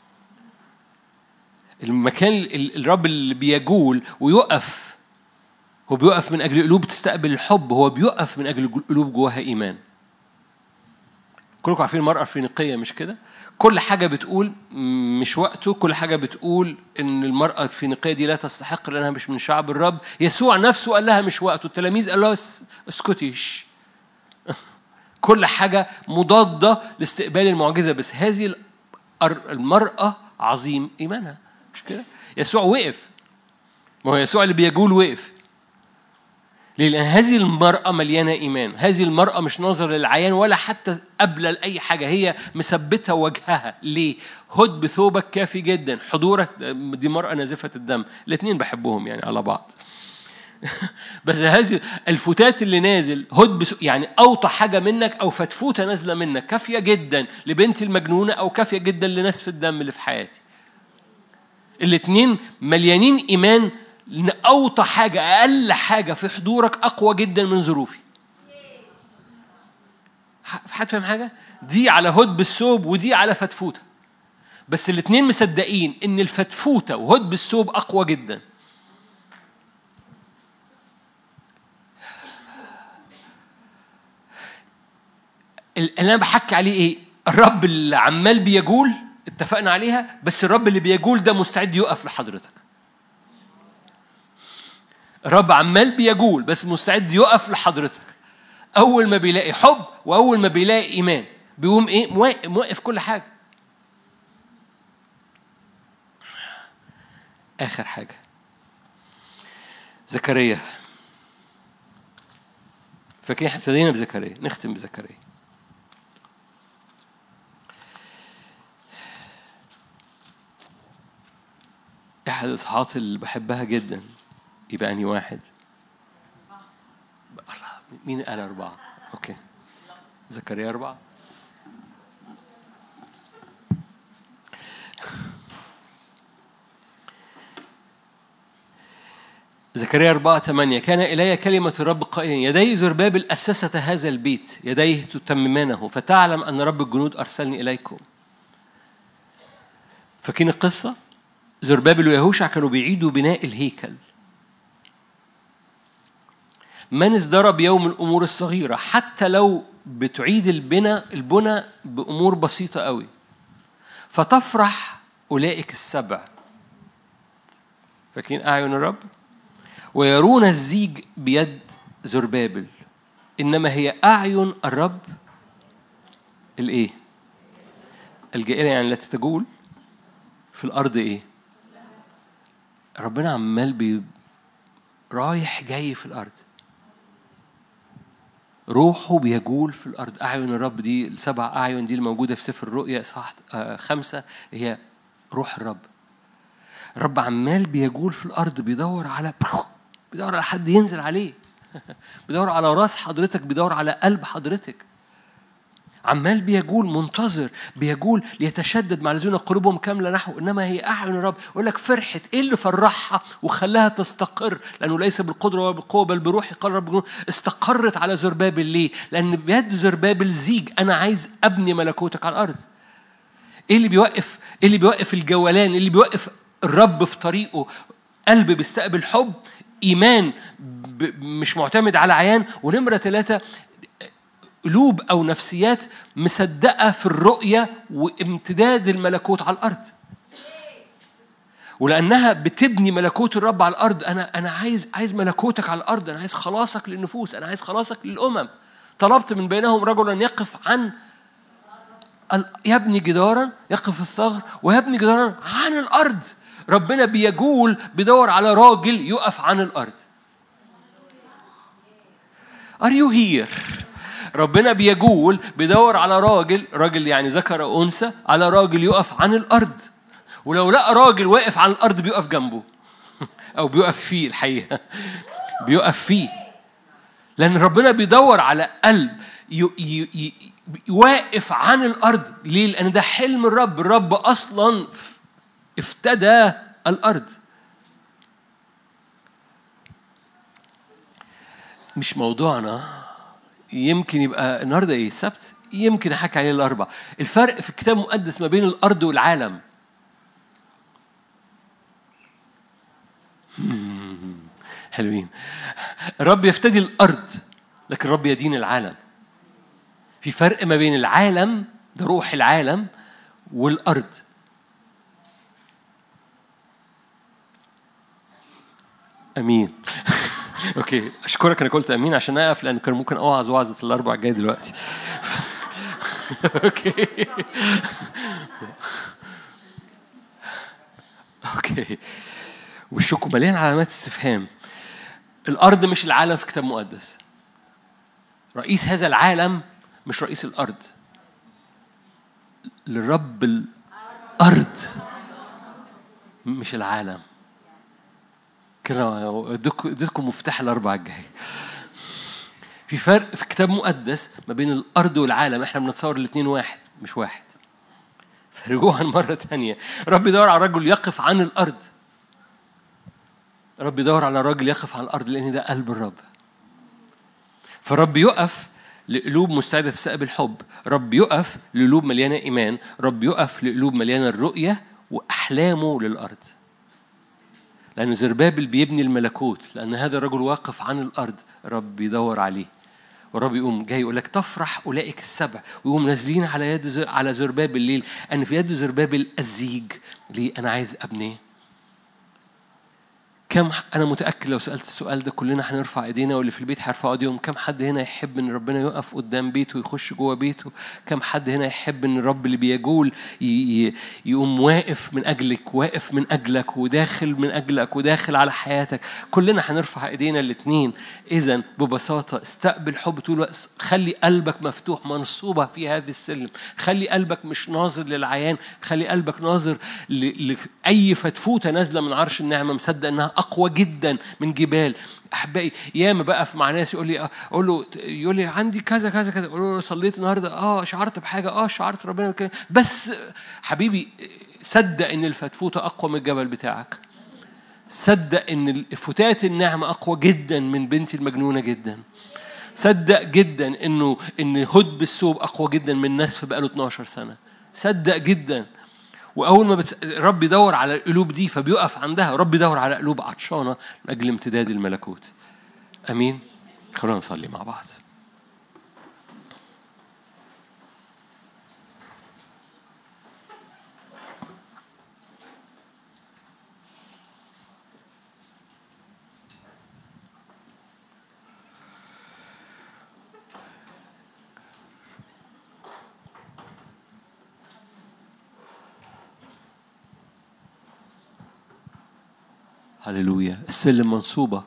المكان الرب اللي بيجول ويقف، هو بيوقف من أجل قلوب تستقبل الحب، هو بيوقف من أجل قلوب جواها إيمان. كلكم عارفين المرأة الفينيقية مش كده؟ كل حاجة بتقول مش وقته، كل حاجة بتقول إن المرأة الفينيقية دي لا تستحق لأنها مش من شعب الرب. يسوع نفسه قال لها مش وقته، التلاميذ قال لها اسكتيش. كل حاجة مضادة لاستقبال المعجزة. بس هذه المرأة عظيم إيمانها، مش كده؟ يسوع وقف، ما هو يسوع اللي بيقول وقف. ليه؟ لأن هذه المرأة مليانة إيمان. هذه المرأة مش ناظر للعيان ولا حتى قبل لأي حاجة، هي مثبتة وجهها. ليه؟ هد بثوبك كافي جدا. حضورك، دي مرأة نازفة الدم، الاثنين بحبهم يعني على بعض. بس هذه الفتات اللي نازل هد بس، يعني أوطى حاجة منك أو فتفوتة نازلة منك كافية جدا لبنتي المجنونة أو كافية جدا لنسف الدم اللي في حياتي. الاثنين مليانين إيمان، لأن أوطى حاجة، أقل حاجة في حضورك أقوى جدا من ظروفي. حد فاهم حاجة؟ دي على هد بالثوب ودي على فتفوتة، بس الاثنين مصدقين إن الفتفوتة وهد بالثوب أقوى جدا. اللي أنا بحكي عليه إيه؟ الرب اللي عمال بيجول، اتفقنا عليها، بس الرب اللي بيجول ده مستعد يقف لحضرتك. الرب عمال بيجول بس مستعد يقف لحضرتك. أول ما بيلاقي حب وأول ما بيلاقي إيمان بيقوم إيه؟ موقف كل حاجة. آخر حاجة زكريا. فاكرين احنا ابتدينا بزكريا، نختم بزكريا. أحد الإصحاحات اللي بحبها جدا يبقى أنهي واحد؟ مين قال أربعة؟ أوكي، زكريا أربعة. زكريا أربعة ثمانية. كان إلي كلمة الرب قائلا: يدي زربابل أسست هذا البيت، يديه تتممانه، فتعلم أن رب الجنود أرسلني إليكم. فاكرين القصة؟ زربابل ويهوشع كانوا بيعيدوا بناء الهيكل. من ازدرب يوم الأمور الصغيرة، حتى لو بتعيد البناء البنى بأمور بسيطة قوي، فتفرح أولئك السبع. فاكرين أعين الرب؟ ويرون الزيج بيد زربابل، إنما هي أعين الرب الإيه؟ الجائلة، يعني التي تجول في الأرض. إيه؟ ربنا عمال بي رايح جاي في الأرض، روحه بيجول في الأرض. أعين الرب دي السبع أعين دي الموجودة في سفر الرؤيا صح خمسة، هي روح الرب. الرب عمال بيجول في الأرض، بيدور على بيدور على حد ينزل عليه، بيدور على راس حضرتك، بيدور على قلب حضرتك. عمال بيجول، منتظر، بيجول ليتشدد مع الذين قلوبهم كاملة نحو. إنما هي أعين الرب. يقول لك فرحت إيه اللي فرحها وخلاها تستقر؟ لأنه ليس بالقدرة ولا بالقوة بل بروحي قال رب. استقرت على زربابل. ليه؟ لأن بيد زربابل زيج. أنا عايز أبني ملكوتك على الأرض. إيه اللي بيوقف؟ إيه اللي بيوقف الجولان؟ إيه اللي بيوقف الرب في طريقه؟ قلب بيستقبل حب، إيمان مش معتمد على عيان، ونمرة ثلاثة قلوب أو نفسيات مصدقة في الرؤية وامتداد الملكوت على الأرض. ولأنها بتبني ملكوت الرب على الأرض. أنا أنا عايز عايز ملكوتك على الأرض. أنا عايز خلاصك للنفوس. أنا عايز خلاصك للأمم. طلبت من بينهم رجلا يقف عن يبني جدارا، يقف الثغر ويبني جدارا عن الأرض. ربنا بيجول بيدور على راجل يقف عن الأرض. Are you here؟ ربنا بيجول بيدور على راجل، راجل يعني ذكر أو أنثى، على راجل يقف عن الأرض. ولو لقى راجل واقف عن الأرض بيقف جنبه أو بيقف فيه. الحقيقة بيقف فيه، لأن ربنا بيدور على قلب واقف عن الأرض. ليه؟ لأن ده حلم الرب. الرب أصلاً افتدى الأرض. مش موضوعنا. يمكن يبقى النهارده ايه؟ السبت. يمكن احكي عليه الاربع. الفرق في الكتاب المقدس ما بين الارض والعالم. حلوين. الرب يفتدي الارض لكن الرب يدين العالم. في فرق ما بين العالم ده روح العالم والارض. امين. اوكي، اشكرك انك قلت امين عشان اقف، لان كان ممكن اوعظ وعظه الاربع الجاي دلوقتي. اوكي. اوكي. وشكم مليان علامات استفهام. الارض مش العالم في كتاب مقدس. رئيس هذا العالم مش رئيس الارض. للرب الارض مش العالم. كده اديتكم مفتاح الاربعه الجاي. في فرق في كتاب مقدس ما بين الارض والعالم. احنا بنتصور الاثنين واحد، مش واحد. فرجوها مرة تانية. رب يدور على رجل يقف عن الأرض. رب يدور على رجل يقف عن الأرض، لأن ده قلب الرب. فرب يقف لقلوب مستعدة تستقبل حب. رب يقف لقلوب مليانة إيمان. رب يقف لقلوب مليانة الرؤية وأحلامه للأرض. لأن زربابل بيبني الملكوت، لأن هذا الرجل واقف عن الأرض. رب يدور عليه، والرب يقوم جاي يقول لك تفرح أولئك السبع، ويقوم نازلين على يد زر... على زربابل الليل. أن في يد زربابل الزيج. ليه؟ أنا عايز أبنيه. كم أنا متأكد لو سألت السؤال ده كلنا هنرفع إيدينا، واللي في البيت هيرفعوا إيديهم. كم حد هنا يحب إن ربنا يقف قدام بيته ويخش جوه بيته؟ كم حد هنا يحب إن الرب اللي بيجول ي... يقوم واقف من أجلك، واقف من أجلك، وداخل من أجلك، وداخل على حياتك؟ كلنا هنرفع إيدينا الاثنين. إذن ببساطة استقبل حب طول الوقت. خلي قلبك مفتوح، منصوبة في هذه السلم. خلي قلبك مش ناظر للعيان، خلي قلبك ناظر ل... لأي فتفوتة نازلة من عرش النعمة، مصدق إنها أقوى جدا من جبال. أحبائي ياما بقف مع ناس يقول لي أقول له يقول لي عندي كذا كذا كذا، أقول له صليت النهارده، آه شعرت بحاجة، آه شعرت ربنا بكلام. بس حبيبي صدق إن الفتفوتة أقوى من الجبل بتاعك. صدق إن الفتات النعمة أقوى جدا من بنتي المجنونة جدا. صدق جدا إنه إن هد بالثوب أقوى جدا من نسف بقاله اتناشر سنة. صدق جدا. وأول ما بت... رب يدور على القلوب دي فبيقف عندها. رب يدور على قلوب عطشانة من أجل امتداد الملكوت. أمين. خلونا نصلي مع بعض. هللويا. السلم منصوبة،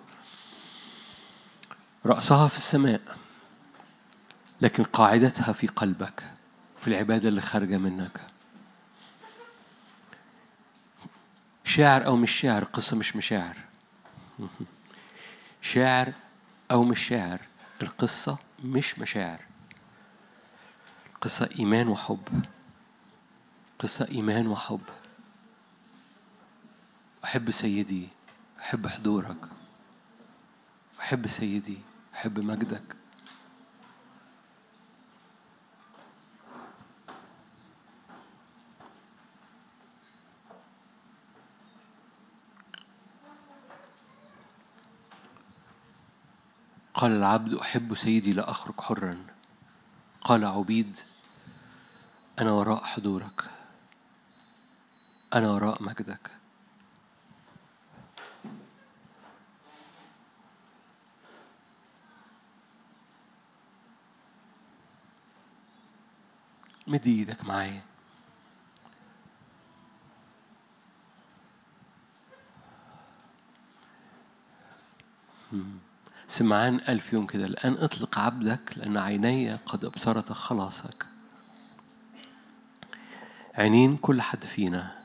رأسها في السماء، لكن قاعدتها في قلبك، في العبادة اللي خارجة منك. شاعر أو مش شاعر، القصة مش مشاعر. شاعر أو مش شاعر، القصة مش مشاعر. قصة إيمان وحب. قصة إيمان وحب. أحب سيدي، أحب حضورك، أحب سيدي، أحب مجدك. قال العبد أحب سيدي لا أخرج حرا. قال عبيد أنا وراء حضورك، أنا وراء مجدك. مد ايدك معايا. سمعان ألف يوم كده، الآن اطلق عبدك لأن عيني قد أبصرت خلاصك. عينين كل حد فينا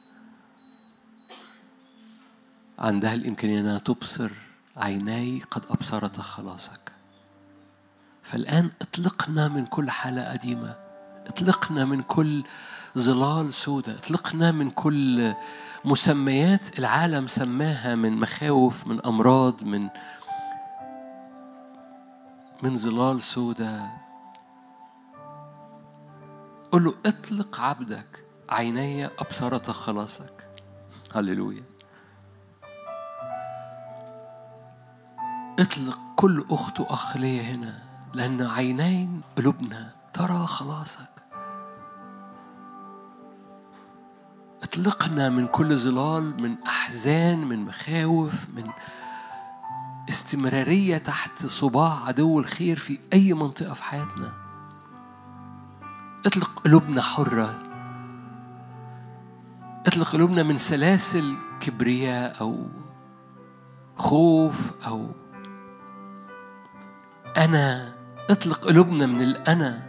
عندها الإمكانية أنها تبصر. عيني قد أبصرت خلاصك. فالآن اطلقنا من كل حالة قديمة، اطلقنا من كل ظلال سودة، اطلقنا من كل مسميات العالم سماها من مخاوف، من أمراض، من من ظلال سودة. قل له اطلق عبدك، عيني أبصرت خلاصك. هللويا. اطلق كل أخت وأخ لي هنا، لأن عينين قلوبنا ترى خلاصك. اطلقنا من كل ظلال، من أحزان، من مخاوف، من استمرارية تحت صباع عدو الخير في أي منطقة في حياتنا. اطلق قلوبنا حرة. اطلق قلوبنا من سلاسل كبرياء أو خوف أو أنا. اطلق قلوبنا من الأنا.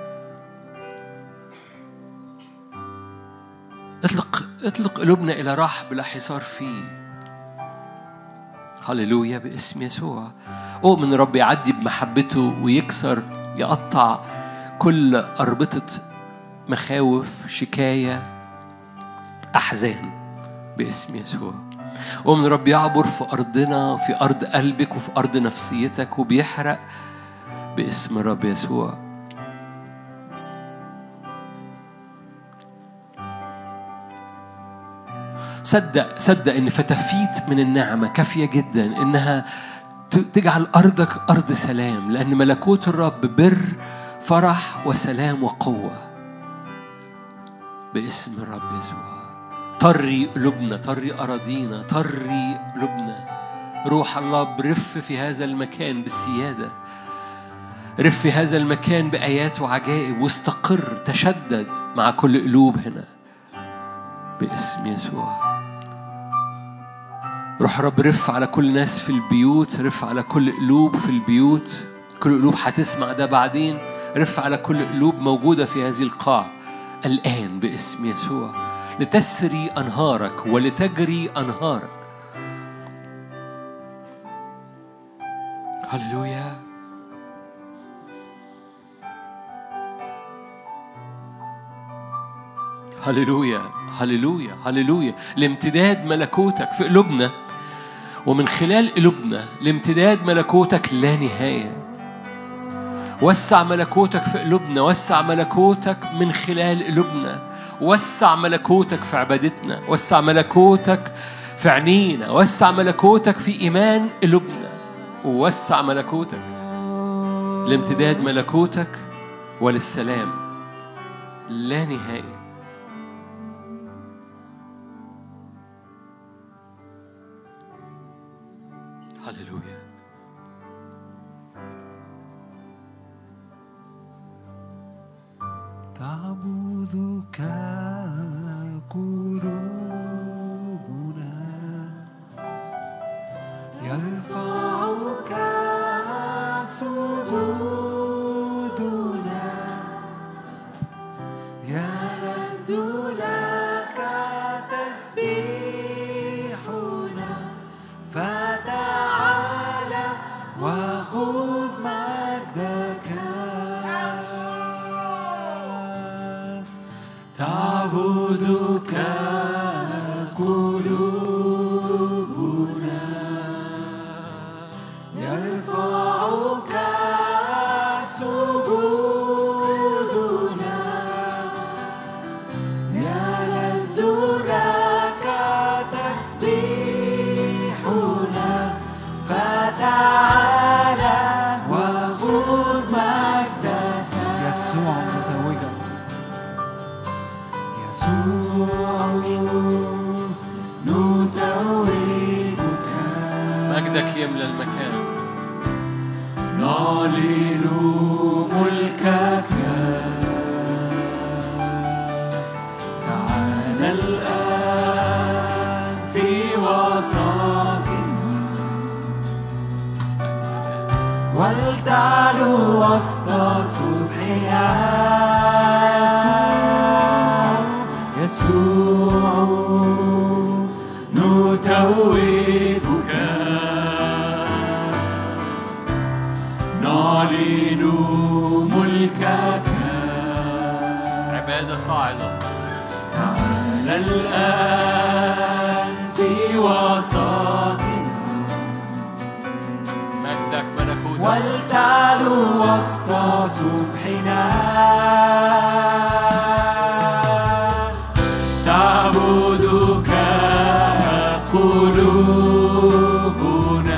اطلق اطلق قلوبنا إلى رحب لا حصار فيه. هللويا باسم يسوع. أؤمن رب يعدي بمحبته ويكسر يقطع كل أربطة مخاوف شكاية أحزان باسم يسوع. أؤمن رب يعبر في أرضنا في أرض قلبك وفي أرض نفسيتك وبيحرق باسم رب يسوع. صدق صدق إن فتافيت من النعمة كافية جدا إنها تجعل أرضك أرض سلام، لأن ملكوت الرب بر فرح وسلام وقوة باسم الرب يسوع. طري قلوبنا، طري أراضينا، طري قلوبنا. روح الله برف في هذا المكان بالسيادة، رف في هذا المكان بآيات وعجائب، واستقر تشدد مع كل قلوب هنا باسم يسوع. روح رب رف على كل ناس في البيوت، رف على كل قلوب في البيوت، كل قلوب هتسمع ده بعدين. رف على كل قلوب موجودة في هذه القاع الآن باسم يسوع، لتسري أنهارك ولتجري أنهارك. هللويا. هللويا هللويا هللويا. لامتداد ملكوتك في قلوبنا ومن خلال قلوبنا لامتداد ملكوتك لا نهاية. وسع ملكوتك في قلوبنا، وسع ملكوتك من خلال قلوبنا، وسع ملكوتك في عبادتنا، وسع ملكوتك في عينينا، وسع ملكوتك في إيمان قلوبنا، ووسع ملكوتك لامتداد ملكوتك وللسلام لا نهاية. هللويا. تعبدك قلوبنا، يرفعك سجودنا، يلذ لك تسبيحنا. فتعالى وخذ مجدك. تعبدك قلوبنا، يرفعك سجودنا، يلذ لك تسبيحنا. فتعالى وخذ مجدك. يسوع متوجا، نتوجك، مجدك يملى المكان. نعلن ملكك. تعالى الآن في وسطنا، ولتعلو وسط صبحنا. يسوع نتوجك، نعلن ملكك. عبادة صاعدة. تعالى الآن في وسطنا، مجدك ملكوتك، ولتعلو وسط صبحنا. تعبدك قلوبنا،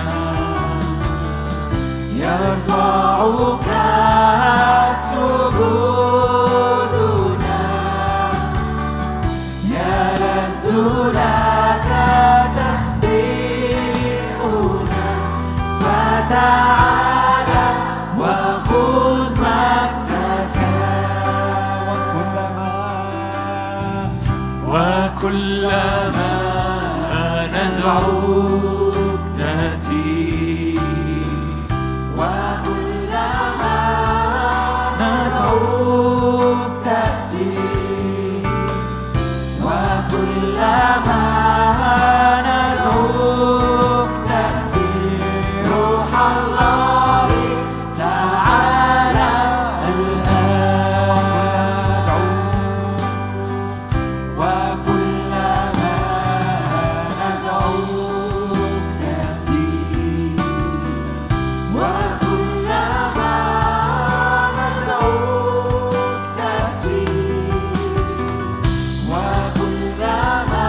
يرفعك سجودنا، يلذ لك تسبيحنا. فتعالى وخذ مجدك. وكلما وكلما ندعوك تأتي وكلما ندعوك تأتي وكلما ندعوك تأتي روح الله تعالى الآن وكلما ندعوك تأتي وكلما ندعوك تأتي وكلما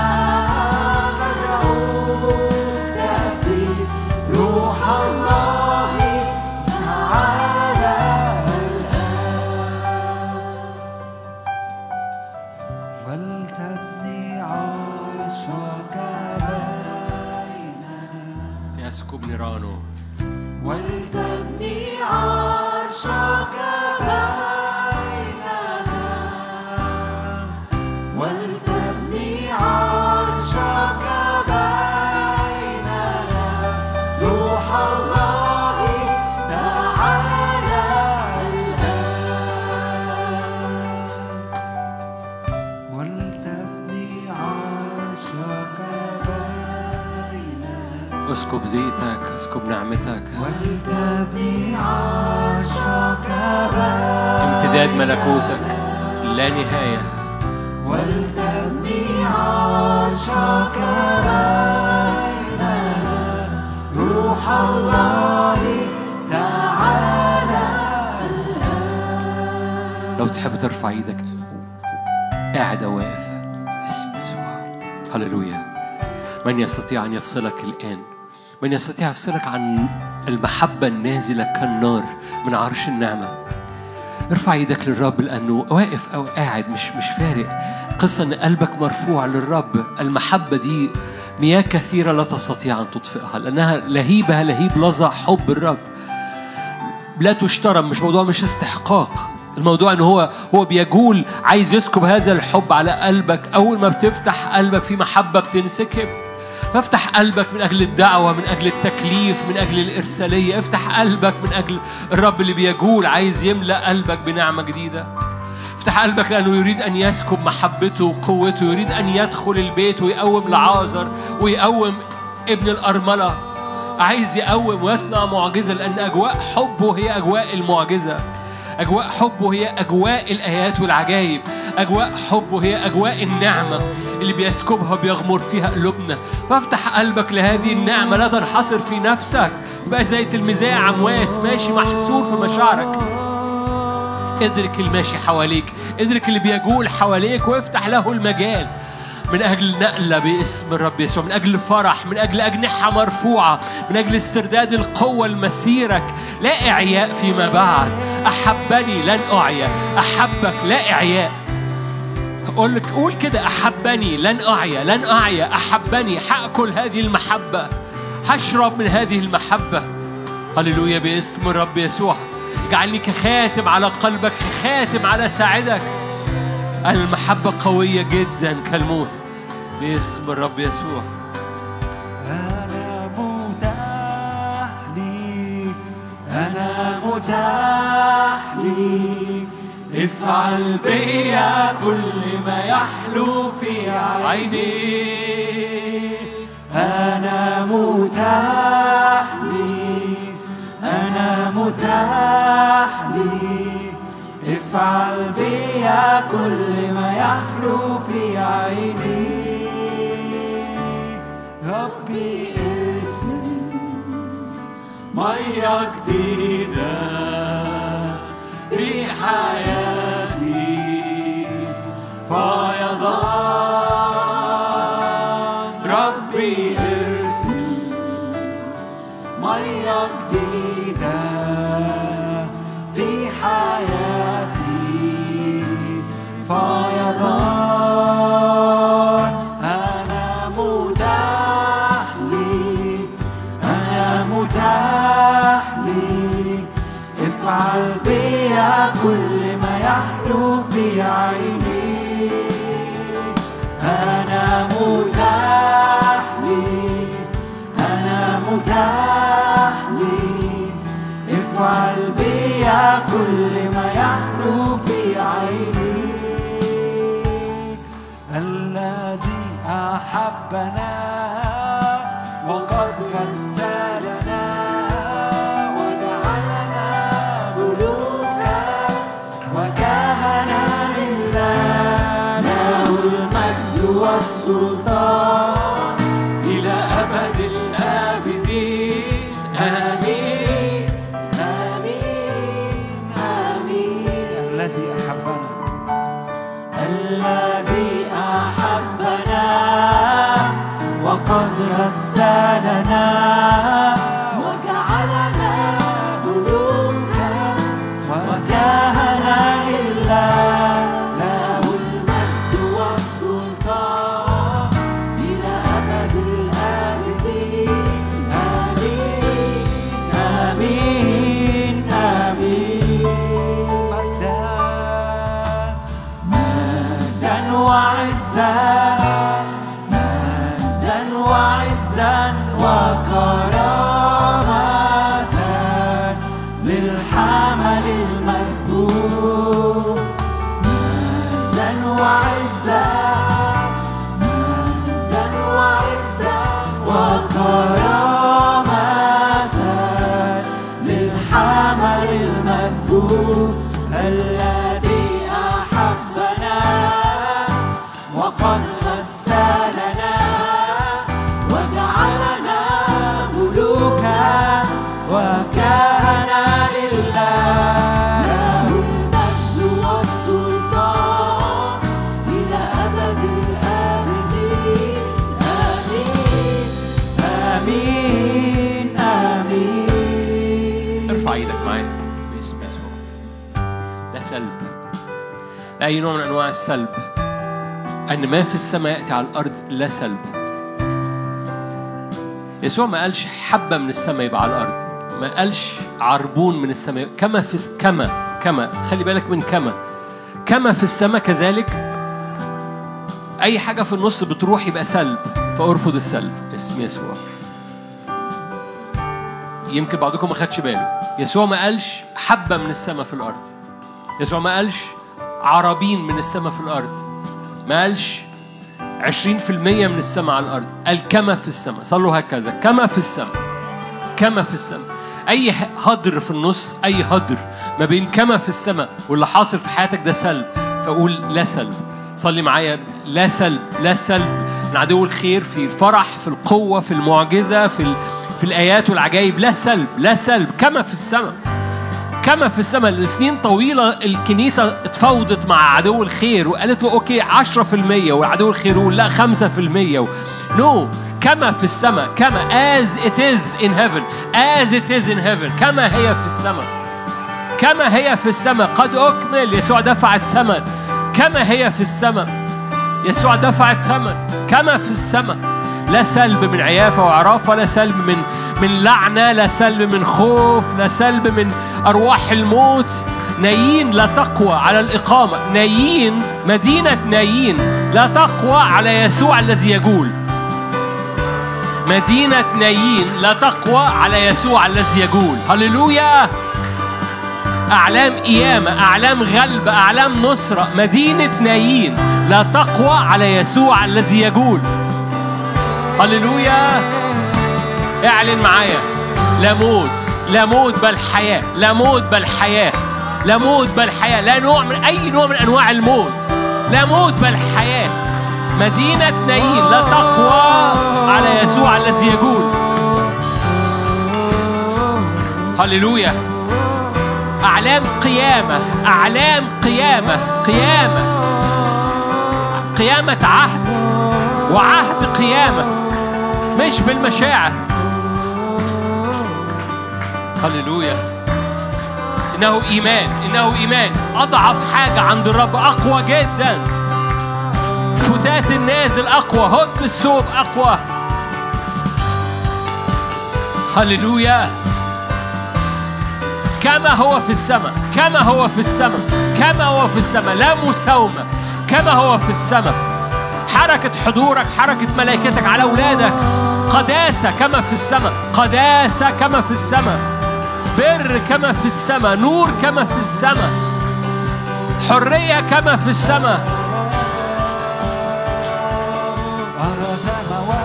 ندعوك تأتي روح الله تعالى الآن ولتبني عرشك بيننا يسكب نيرانه ولتبني عرشك بيننا ولتبني عرشك بيننا روح الله تعالى الآن ولتبني عرشك بيننا اسكب زيتك، اسكب نعمتك، ولتبني عرشك بيننا امتداد ملكوتك لا نهاية. ولتبني عرشك بيننا روح الله تعالى الآن. لو تحب ترفع ايدك قاعد أو واقف باسم يسوع. هللويا. من يستطيع أن يفصلك الآن؟ من يستطيع يفصلك عن المحبة النازلة كالنار من عرش النعمة؟ ارفع ايدك للرب، لأنه واقف أو قاعد مش مش فارق. قصة أن قلبك مرفوع للرب. المحبة دي مياه كثيرة لا تستطيع أن تطفئها، لأنها لهيبها لهيب لظى حب الرب. لا تشترى. مش موضوع مش استحقاق، الموضوع أنه هو هو بيجول عايز يسكب هذا الحب على قلبك. أول ما بتفتح قلبك في محبة بتنسكب. فافتح قلبك من أجل الدعوة، من أجل التكليف، من أجل الإرسالية. افتح قلبك من أجل الرب اللي بيجول عايز يملأ قلبك بنعمة جديدة. افتح قلبك لأنه يريد أن يسكب محبته وقوته. يريد أن يدخل البيت ويقوم لعازر ويقوم ابن الأرملة. عايز يقوم ويصنع معجزة، لأن أجواء حبه هي أجواء المعجزة. أجواء حبه هي أجواء الآيات والعجائب. أجواء حبه هي أجواء النعمة اللي بيسكبها بيغمر فيها قلوبنا. فافتح قلبك لهذه النعمة. لا تنحصر في نفسك، تبقى زي تلميذي عمواس ماشي محصور في مشاعرك. ادرك الماشي حواليك، ادرك اللي بيجول حواليك، وافتح له المجال من أجل نقلة باسم الرب يسوع، من أجل فرح، من أجل أجنحة مرفوعة، من أجل استرداد القوة لمسيرك. لا إعياء فيما بعد. أحبني لن أعيا. أحبك لا إعياء. أقول لك قول كده: أحبني لن أعيا، لن أعيا. أحبني. هأكل هذه المحبة، هشرب من هذه المحبة. هللويا باسم الرب يسوع. اجعلني كخاتم على قلبك، كخاتم على ساعدك. المحبة قوية جدا كالموت باسم الرب يسوع. أنا متاح ليك، أنا متاح ليك، افعل بيا كل ما يحلو في عيني. أنا متاح ليك، أنا متاح ليك، افعل بيا كل ما يحلو في عيني. ربي ارسل مية جديدة في حياتي، فيضان. ربي ارسل مية جديدة في حياتي، فيضان. أنا متاح ليك، أنا متاح ليك، افعل بيا كل ما يحلو في عيني. أنا متاح ليك، أحبنا وقد غسلنا وجعلنا ملوكا وكهنة لله، له المجد والسلطان إلى أبد الآبدين. آمين آمين آمين. الذي أحبنا الذي أحبنا وقد غسلنا وجعلنا ملوكا وكهنة لله، له المجد والسلطان إلى أبد الآبدين. آمين آمين آمين. مجدا مجدا وعزا مجدا وعزا وكرامة للحمل المسبوق. مجدا وعزا مجدا وعزا وكرامة للحمل المسبوق الذي أحبنا وقد غسلنا وجعلنا ملوكا وكهنة لله، له المجد والسلطان إلى أبد الآبدين. آمين آمين آمين. ارفع ايدك معايا باسم يسوع. لا سلب، لا أي نوع من أنواع السلب، أن ما في السماء يأتي على الأرض لا سلب. يسوع ما قالش حبة من السماء يبقى على الأرض، ما قالش عربون من السماء. كما في كما كما خلي بالك من كما كما في السماء كذلك. أي حاجة في النص بتروح يبقى سلب، فأرفض السلب اسم يسوع. يمكن بعضكم ما خدش باله، يسوع ما قالش حبة من السماء في الأرض، يسوع ما قالش عربين من السماء في الأرض، ما قالش عشرين في المية من السماء على الأرض، قال كما في السماء. صلوا هكذا، كما في السماء كما في السماء. أي هدر في النص، أي هدر ما بين كما في السماء واللي حاصل في حياتك ده سلب، فأقول لا سلب. صلي معايا، لا سلب لا سلب من عدو الخير، في الفرح، في القوة، في المعجزة، في ال... في الآيات والعجائب. لا سلب لا سلب، كما في السماء كما في السماء. لسنين طويلة الكنيسة اتفاوضت مع عدو الخير وقالت له أوكي عشرة في المية، وعدو الخير يقول لا خمسة في المية. نو no. كما في السماء، كما as it is in heaven as it is in heaven. كما هي في السماء كما هي في السماء. قد أكمل، يسوع دفع الثمن. كما هي في السماء، يسوع دفع الثمن. كما في السماء. لا سلب من عيافة وعرافة، لا سلب من من لعنة، لا سلب من خوف، لا سلب من أرواح الموت. نايين لا تقوى على الإقامة، نايين مدينة نايين لا تقوى على يسوع الذي يجول. مدينة نايين لا تقوى على يسوع الذي يجول. هللويا. أعلام قيامة، أعلام غلبة، أعلام نصرة. مدينة نايين لا تقوى على يسوع الذي يجول. هللويا. اعلن معايا، لا موت لا موت بل حياة، لا موت بل حياة، لا موت بل حياة. لا نوع من أي نوع من أنواع الموت، لا موت بل حياة. مدينة نايين لا تقوى على يسوع الذي يجول. هللويا. أعلام قيامة، أعلام قيامة، قيامة قيامة عهد، وعهد قيامة مش بالمشاعر. هللويا. إنه إيمان، إنه إيمان. أضعف حاجة عند الرب أقوى جدا. فتات النازل أقوى، هدم الثوب أقوى. هللويا. كما هو في السماء، كما هو في السماء، كما هو في السماء. لا مساومة. كما هو في السماء. حركة حضورك، حركة ملائكتك على أولادك. قداسة كما في السماء، قداسة كما في السماء. بر كما في السماء، نور كما في السماء، حرية كما في السماء.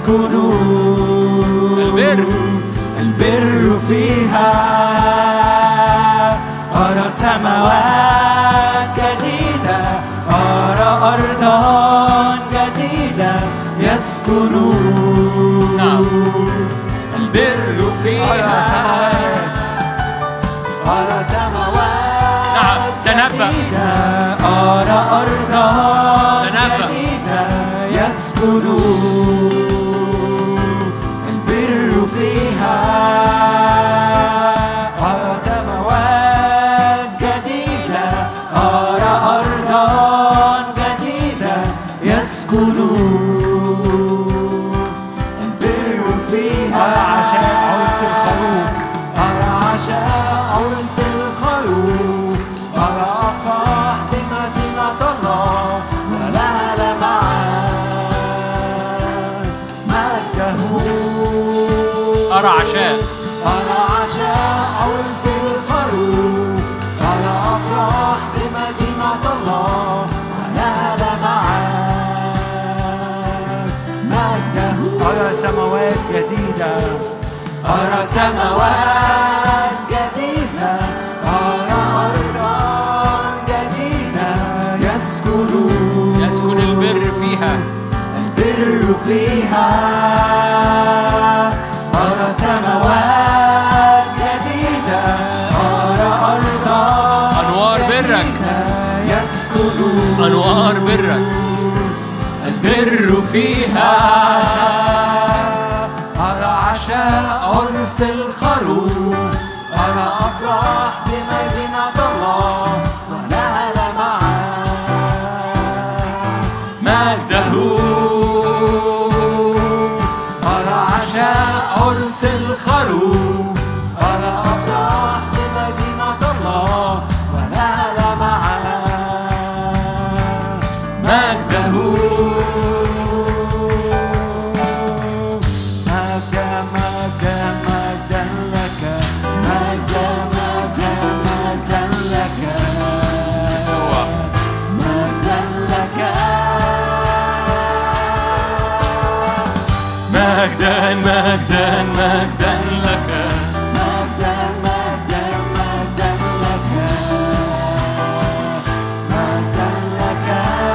يسكن البر البر فيها. أرى سماوات جديدة، أرى أرضا جديدة يسكن نعم. البر فيها. أرى سماوات نعم. تنبأ. جديدة، أرى أرضا تنبأ. جديدة يسكن البر فيها. أرى سماوات جديدة، أرى أرضا جديدة يسكن البر فيها. أرى عشاء عرس الخروف، أرى عشاء عرس الخروف، أرى أفراح بمدينة الله ولها لمعان مجده. أرى عشاء أرى عشاء عرس الخروف، أرى أفراح بمدينة الله ولها لمعان مجده. أرى سماوات جديدة، أرى سماوات جديدة، أرى أرضا جديدة يسكن يسكن البر فيها. البر فيها. أرى سماوات جديدة، أرى أرضا أنوار برك، يسكن أنوار برك. البر فيها. أرى عشاء عرس الخروف، أرى أفراح بمدينة الله ولها لمعان مجده. أرى عشاء عرس الخروف، أرى أفراح بمدينة الله ولها لمعان مجده. مجدا مجدا مجدا لك، مجدا مجدا مجدا لك يسوع. مجدا لك، مجدا مجدا مجدا لك، مجدا مجدا مجدا لك، مجدا لك.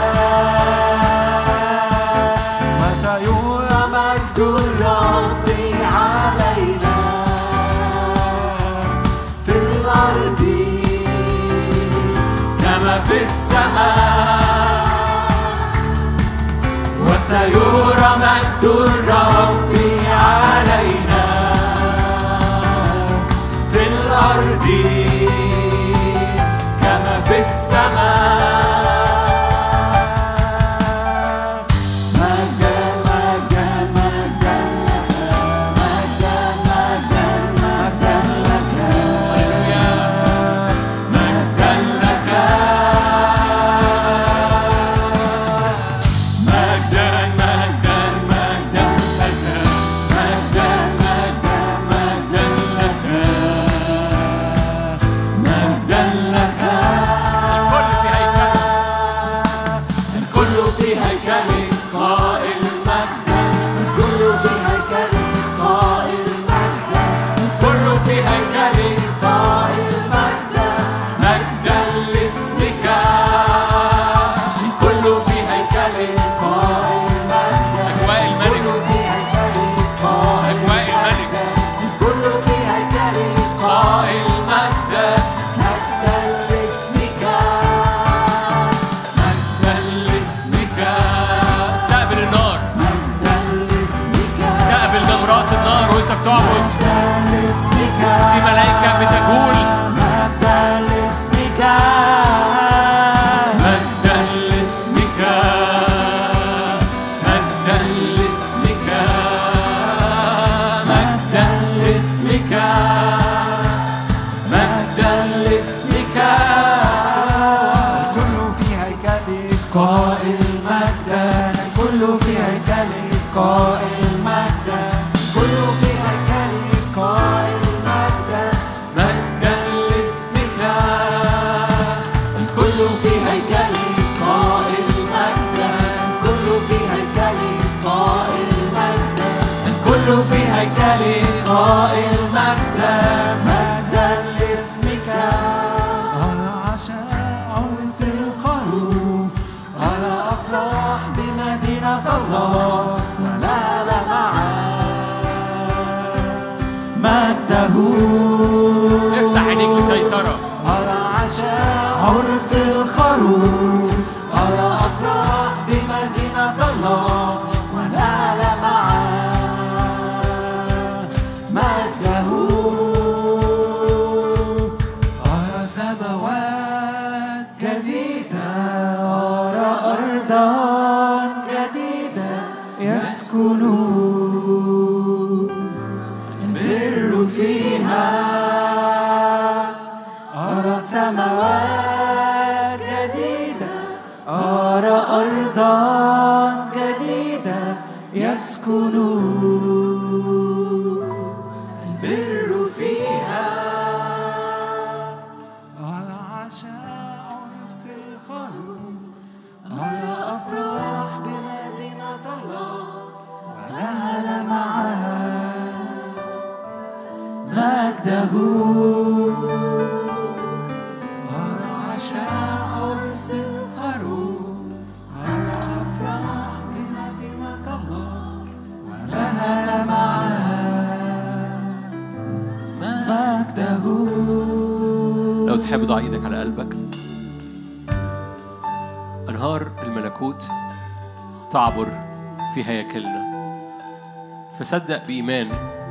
وسيرى مجد الرب علينا في الأرض كما في السماء. وسيرى مجد الرب علينا في الأرض كما في السماء. مجدا مجدا مجدا لك، مجدا مجدا مجدا لك، مجدا لك، مجدا مجدا مجدا لك، مجدا مجدا مجدا لك، مجدا لك. الكل في هيكل، الكل في هيكلك قائل مجدا، الكل في هيكلك قائل مجدا، الكل في هيكل، قائل مجدا، مجدا لاسمك. الكل في هيكلك قائل مجدا، أجواء الملك، الكل في هيكلك قائل أجواء الملك. مجدا، الكل في هيكلك قائل مجدا، مجدا لاسمك، مجدا لاسمك. استقبل النار، مجدا لاسمك، استقبل جمرات النار وانت بتعبد. مجدا لاسمك، في ملائكة بتجول. مجدا لاسمك، مجدا لاسمك، مجدا لاسمك، مجدا لاسمك، مجدا لاسمك. الكل في هيكلك قائل مجدا، الكل في هيكلك قائل مجدا، الكل في هيكلك قائل مجدا، مجدا لاسمك، الكل في هيكلك قائل مجدا، الكل في هيكلك قائل مجدا، قائل مجدا مجدا لاسمك. أرى عشاء عرس الخروف، أرى أفراح بمدينة الله ولها معاه مجده. افتح عينيك لكي ترى. أرى عشاء عرس الخروف، أرى أفراح بمدينة الله ونال معاه مجده. أرى سماوات جديدة، أرى أرضا جديدة يسكنون البر فيها. أرى سماوات جديدة، أرى أرضا جديدة يسكنون البر فيها. أرى عشاء عرس الخروف، أرى أفراح بمدينة الله ولها معاه مجده. أرى عشاء عرس الخروف، أرى أفراح بمدينة الله ولها معاه مجده. لو تحب ضع ايدك على قلبك. أنهار الملكوت تعبر في هياكلنا، فصدق بإيمان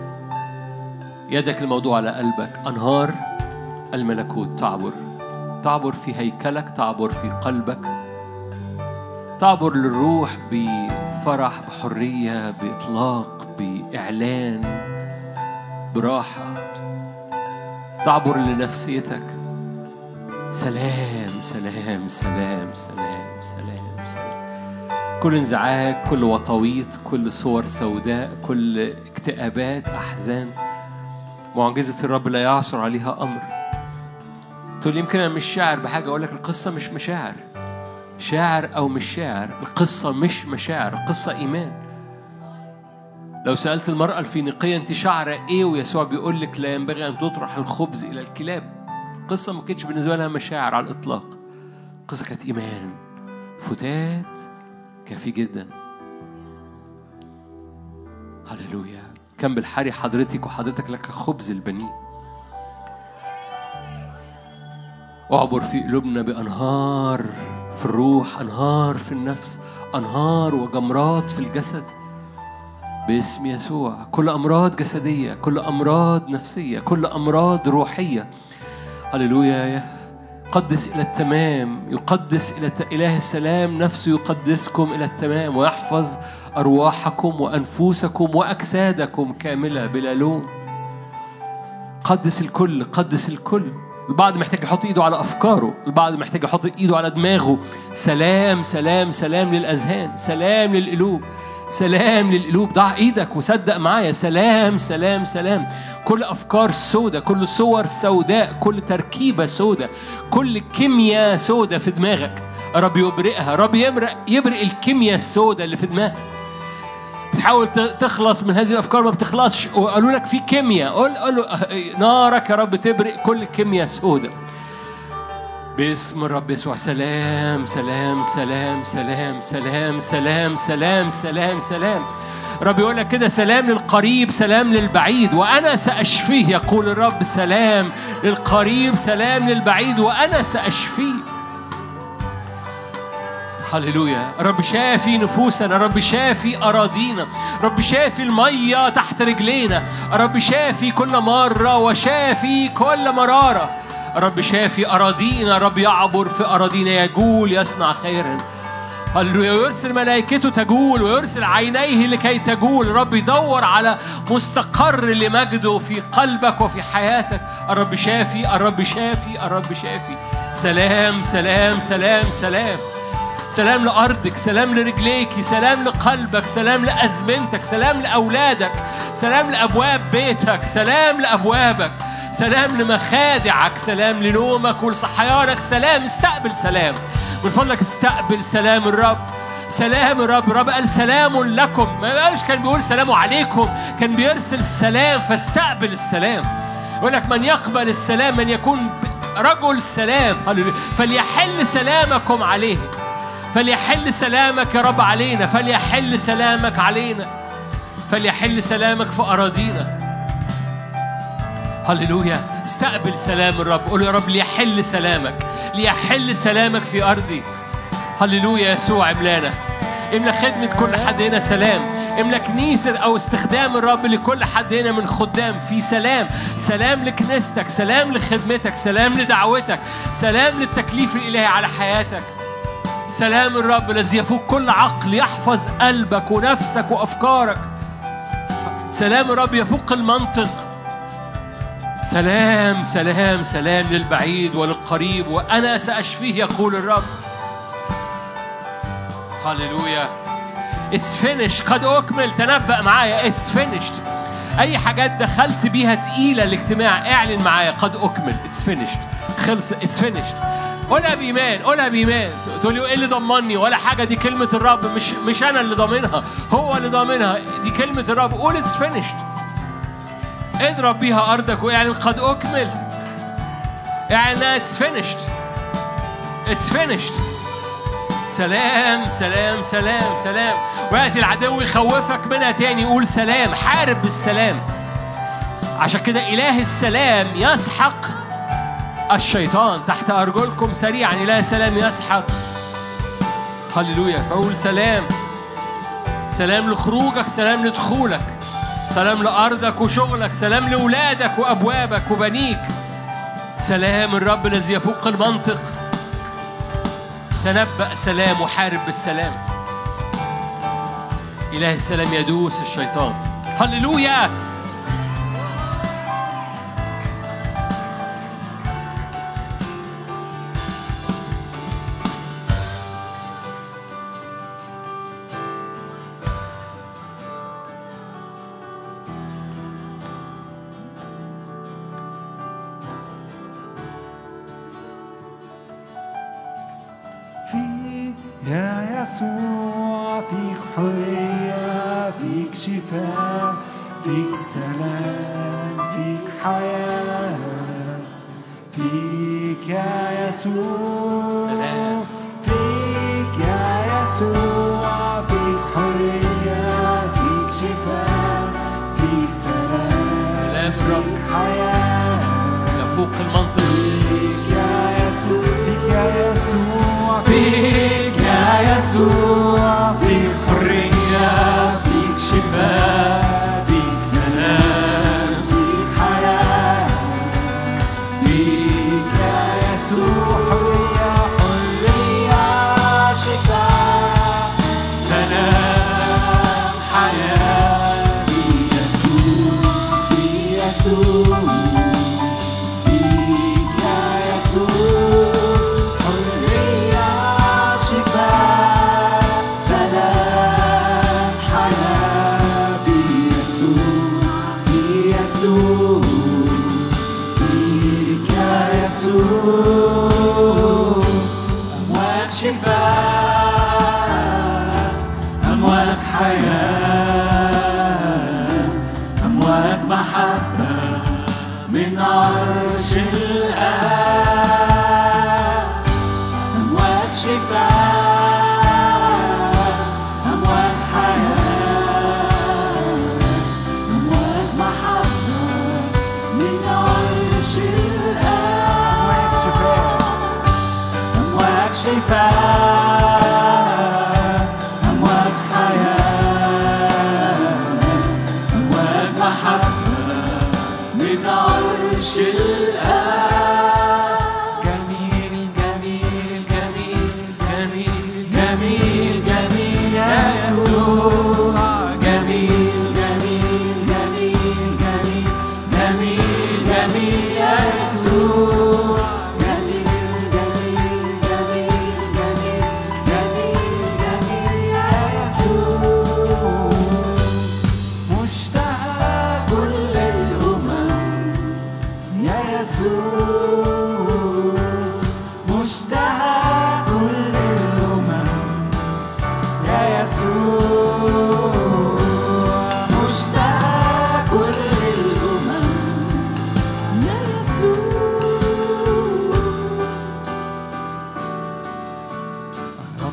يدك الموضوع على قلبك. أنهار الملكوت تعبر تعبر في هيكلك، تعبر في قلبك، تعبر للروح بفرح، بحرية، بإطلاق، بإعلان، براحة. تعبر لنفسيتك. سلام سلام سلام سلام سلام سلام. كل انزعاج، كل وطويط، كل صور سوداء، كل اكتئابات، أحزان، معجزة الرب لا يعثر عليها أمر. تقول يمكن أنا مش شاعر بحاجة. أقول لك القصة مش مشاعر. شاعر أو مش شاعر، القصة مش مشاعر، القصة إيمان. لو سألت المرأة الفينيقية أنت شعرة إيه، ويسوع بيقول لك لا ينبغي أن تطرح الخبز إلى الكلاب. القصة ما كانتش بالنسبة لها مشاعر على الإطلاق، القصة كانت إيمان. فتات كافي جدا. هللويا. كان بالحري حضرتك وحضرتك لك خبز البنين. أعبر في قلوبنا بأنهار في الروح، أنهار في النفس، أنهار وجمرات في الجسد باسم يسوع. كل أمراض جسدية، كل أمراض نفسية، كل أمراض روحية. هللويا. قدس إلى التمام، يقدس إلى إله السلام نفسه يقدسكم إلى التمام، ويحفظ أرواحكم وأنفسكم وأجسادكم كاملة بلا لوم. قدس الكل، قدس الكل. البعض محتاج يحط إيده على أفكاره، البعض محتاج يحط إيده على دماغه. سلام سلام سلام للأذهان، سلام للقلوب، سلام للقلوب. ضع إيدك وصدق معايا. سلام سلام سلام. كل أفكار سودة، كل صور سوداء، كل تركيبة سودة، كل كيمياء سودة في دماغك رب يبرئها. رب يبرئ يبرئ الكيمياء السودة اللي في دماغك. بتحاول تخلص من هذه الأفكار ما بتخلصش، وقالوا لك في كيمياء. قول قول نارك يا رب تبرئ كل كيمياء سودة باسم الرب يسوع. سلام سلام سلام سلام سلام سلام سلام سلام سلام. رب يقول لك كده: سلام للقريب، سلام للبعيد، وأنا سأشفيه. يقول الرب: سلام للقريب، سلام للبعيد، وأنا سأشفيه. هللويا. رب شافي نفوسنا، رب شافي أراضينا، رب شافي المية تحت رجلينا، رب شافي كل مرة وشافي كل مرارة. رب شافي أراضينا، رب يعبر في أراضينا، يجول يصنع خيرا. هللويا. ويرسل ملائكته تجول، ويرسل عينيه لكي تجول. رب يدور على مستقر لمجده في قلبك وفي حياتك. الرب شافي، الرب شافي، الرب شافي. سلام سلام سلام سلام. سلام لأرضك، سلام لرجليك، سلام لقلبك، سلام لأزمنتك، سلام لأولادك، سلام لأبواب بيتك، سلام لأبوابك، سلام لمخادعك، سلام لنومك ولصحيانك. سلام. استقبل سلام من فضلك، استقبل سلام الرب، سلام الرب. الرب قال سلام لكم، ما قالش كان بيقول سلام عليكم، كان بيرسل السلام. فاستقبل السلام. يقول لك من يقبل السلام من يكون رجل السلام. فليحل سلامكم عليه. فليحل سلامك يا رب علينا. فليحل سلامك علينا. فليحل سلامك في أراضينا. هللويا. استقبل سلام الرب. قول يا رب ليحل سلامك، ليحل سلامك في أرضي. هللويا. يسوع املانا، املا خدمة كل حد هنا سلام، املا كنيسة أو استخدام الرب لكل حد هنا من خدام في سلام. سلام لكنيستك، سلام لخدمتك، سلام لدعوتك، سلام للتكليف الإلهي على حياتك. سلام الرب الذي يفوق كل عقل يحفظ قلبك ونفسك وأفكارك. سلام الرب يفوق المنطق. سلام سلام سلام للبعيد وللقريب، وأنا سأشفيه يقول الرب. هاليلويا. It's finished. قد أكمل. تنبأ معايا. It's finished. أي حاجات دخلت بيها تقيلة الاجتماع اعلن معايا قد أكمل. It's finished. خلص. It's finished. قولها بإيمان، قولها بإيمان. تقول لي إيه اللي ضمني؟ ولا حاجة، دي كلمة الرب، مش مش أنا اللي ضامنها، هو اللي ضامنها. دي كلمة الرب. قول It's finished. اضرب بيها أرضك واعلن قد أكمل. اعلن It's finished. It's finished. سلام سلام سلام سلام. ويأتي العدو يخوفك منها تاني. قول سلام. حارب بالسلام. عشان كده إله السلام يسحق الشيطان تحت أرجلكم سريعا. إله السلام يسحق. هللويا. فقول سلام. سلام لخروجك، سلام لدخولك، سلام لأرضك وشغلك، سلام لأولادك وأبوابك وبنيك. سلام الرب الذي يفوق المنطق. تنبأ سلام وحارب بالسلام. إله السلام يدوس الشيطان. هللويا. يا يسوع فيك حرية، فيك شفاء، فيك سلام، فيك حياة. فيك يا يسوع سلام. فيك يا يسوع فيك حرية، فيك شفاء، فيك سلام. سلام الرب. فيك حياة يفوق المنطق. فيك يا يسوع فيك يا يسوع فيك يا يسوع فيك حرية، فيك شفاء، فيك سلام، فيك حياة. فيك يا يسوع حرية حرية شفاء سلام حياة. في يسوع في يسوع فيك يا يسوع حرية شفاء سلام حياة. في يسوع في يسوع فيك يا يسوع أمواج شفاء، أمواج حياة، أمواج محبة من عرش الآب. أمواج شفاء، أمواج حياة، أمواج محبة من عرش الآب. أمواج شفاء، أمواج حياة، أمواج محبة من عرش الآب. جميل جميل جميل جميل جميل جميل يا يسوع. جميل جميل جميل جميل جميل جميل يا يسوع. جميل جميل جميل جميل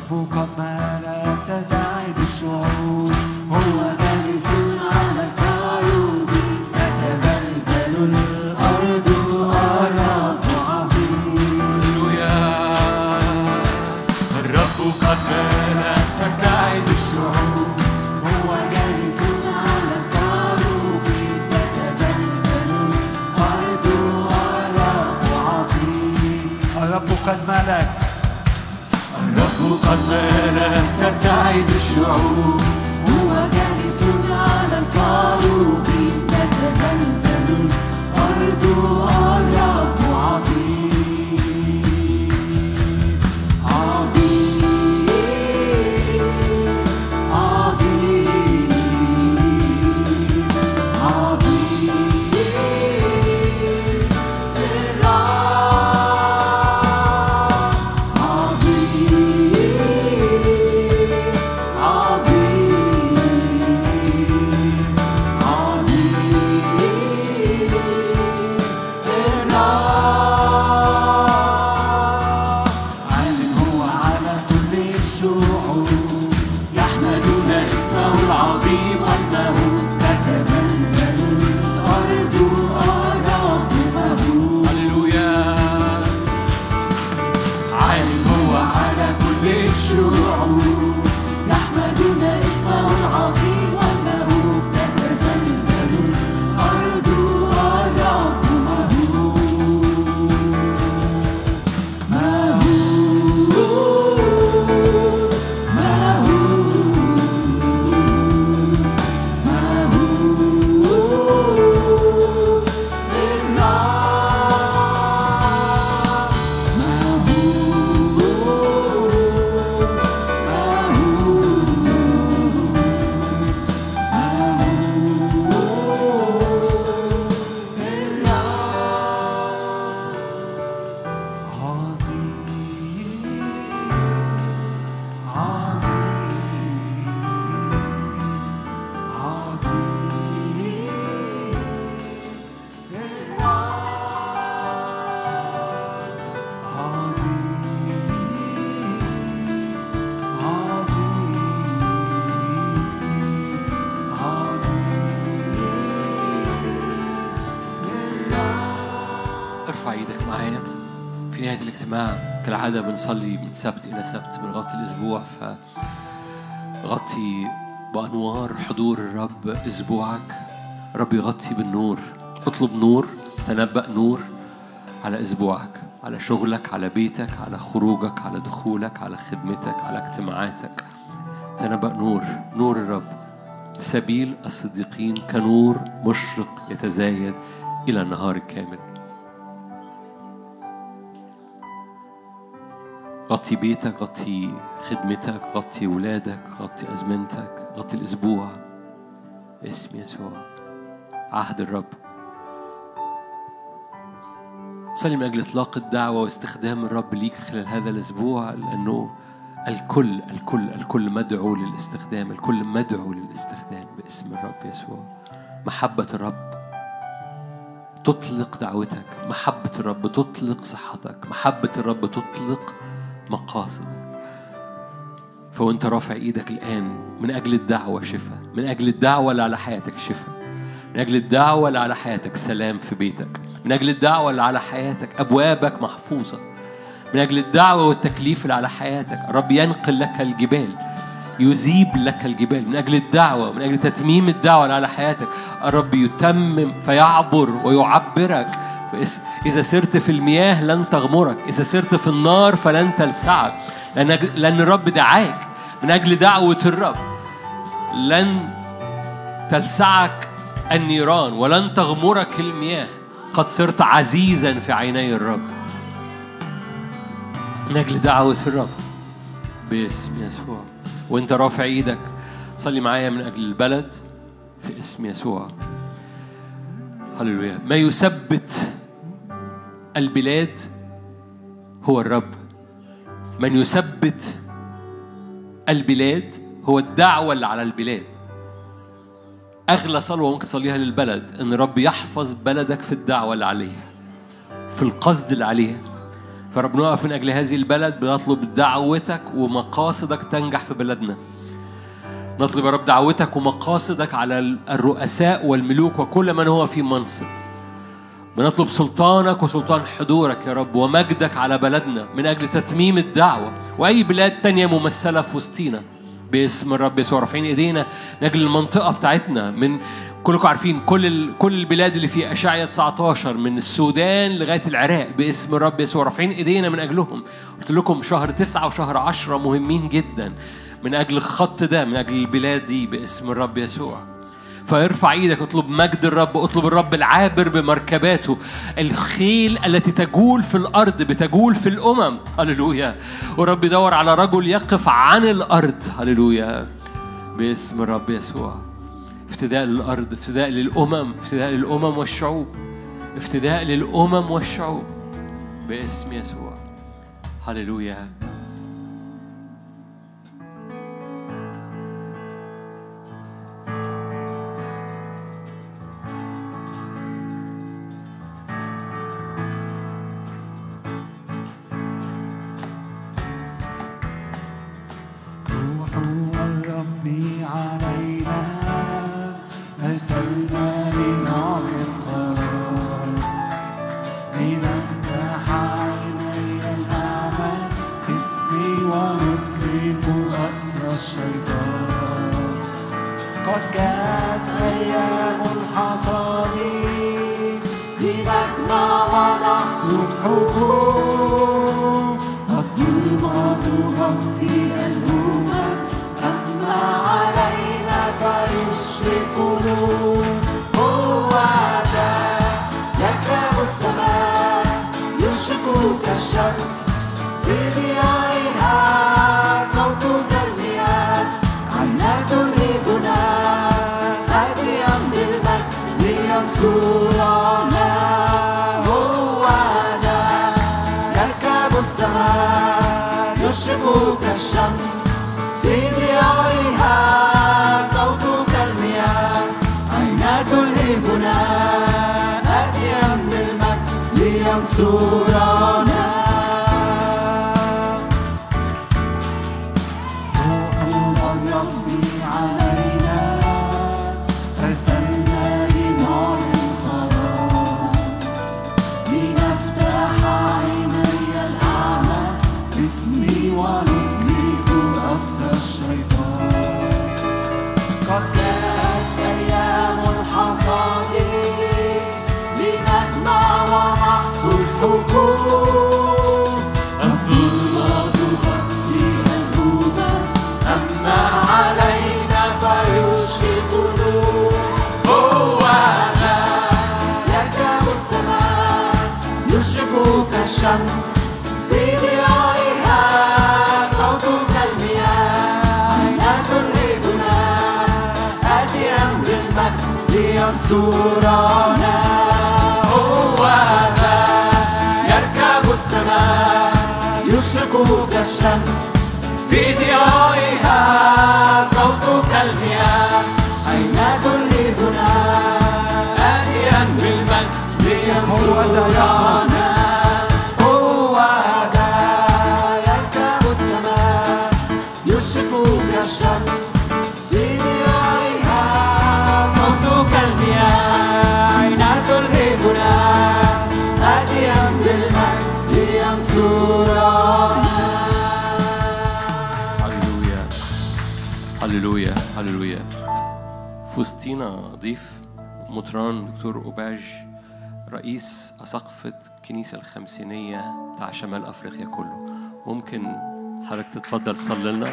الرب قد ملك ترتعد الشعوب هو جالس على الكروب تتزلزل الأرض الرب عظيم. هللويا. الرب قد ملك ترتعد الشعوب هو جالس على الكروب تتزلزل الأرض الرب عظيم. الرب قد ملك الرب قد ملك ترتعد الشعوب هو جالس على الكروب تتزلزل الأرض الرب عظيم عظيم عظيم عظيم كالعادة بنصلي من سبت إلى سبت، بنغطي الأسبوع، فغطي بأنوار حضور الرب أسبوعك. رب يغطي بالنور. اطلب نور، تنبأ نور على أسبوعك، على شغلك، على بيتك، على خروجك، على دخولك، على خدمتك، على اجتماعاتك. تنبأ نور، نور الرب. سبيل الصديقين كنور مشرق يتزايد إلى النهار الكامل. غطي بيتك، غطي خدمتك، غطي ولادك، غطي أزمنتك، غطي الأسبوع باسم يسوع. عهد الرب. صلي من أجل إطلاق الدعوة واستخدام الرب ليك خلال هذا الأسبوع، لأنه الكل الكل الكل مدعو للاستخدام، الكل مدعو للاستخدام باسم الرب يسوع. محبة الرب تطلق دعوتك، محبة الرب تطلق صحتك، محبة الرب تطلق مقاصدك. فوانت رافع ايدك الآن من أجل الدعوة شفاء، من أجل الدعوة اللي على حياتك شفاء، من أجل الدعوة اللي على حياتك سلام في بيتك، من أجل الدعوة اللي على حياتك أبوابك محفوظة، من أجل الدعوة والتكليف اللي على حياتك الرب ينقل لك الجبال، يذيب لك الجبال. من أجل الدعوة، من أجل تتميم الدعوة اللي على حياتك الرب يتمم فيعبر ويعبرك. إذا سرت في المياه لن تغمرك، إذا سرت في النار فلن تلسعك، لأن الرب دعاك. من أجل دعوة الرب لن تلسعك النيران ولن تغمرك المياه، قد صرت عزيزا في عيني الرب. من أجل دعوة الرب باسم يسوع. وانت رافع ايدك صلي معايا من أجل البلد في اسم يسوع. هللويا. ما يثبت البلاد هو الرب. من يثبت البلاد هو الدعوة اللي على البلاد. أغلى صلوة ممكن تصليها للبلد إن رب يحفظ بلدك في الدعوة اللي عليها، في القصد اللي عليها. فرب نقف من أجل هذه البلد، بنطلب دعوتك ومقاصدك تنجح في بلدنا. نطلب يا رب دعوتك ومقاصدك على الرؤساء والملوك وكل من هو في منصب. بنطلب سلطانك وسلطان حضورك يا رب ومجدك على بلدنا من أجل تتميم الدعوة وأي بلاد تانية ممثلة في وسطينا باسم الرب يسوع. رافعين ايدينا من أجل المنطقة بتاعتنا، من كلكم عارفين كل ال... كل البلاد اللي في أشعياء تسعة عشر من السودان لغاية العراق باسم الرب يسوع. رافعين ايدينا من أجلهم. قلت لكم شهر تسعة وشهر عشرة مهمين جدا من أجل الخط ده، من أجل البلاد دي باسم الرب يسوع. فارفع ايدك، اطلب مجد الرب، اطلب الرب العابر بمركباته، الخيل التي تجول في الارض بتجول في الامم. هللويا. ورب يدور على رجل يقف عن الارض. هللويا باسم الرب يسوع. افتداء للارض، افتداء للامم، افتداء للامم والشعوب، افتداء للامم والشعوب باسم يسوع. هللويا. هللويا هللويا. في وسطينا ضيف مطران دكتور أوباج، رئيس أساقفة كنيسة الخمسينية بتاع شمال أفريقيا كله. ممكن حضرتك تتفضل تصلي لنا؟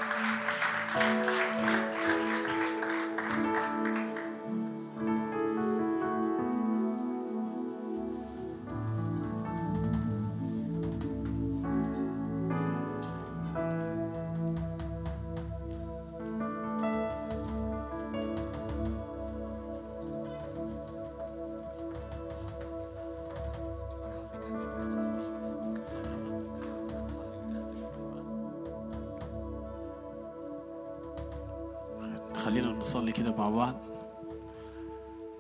خلينا نصلي كده مع بعض.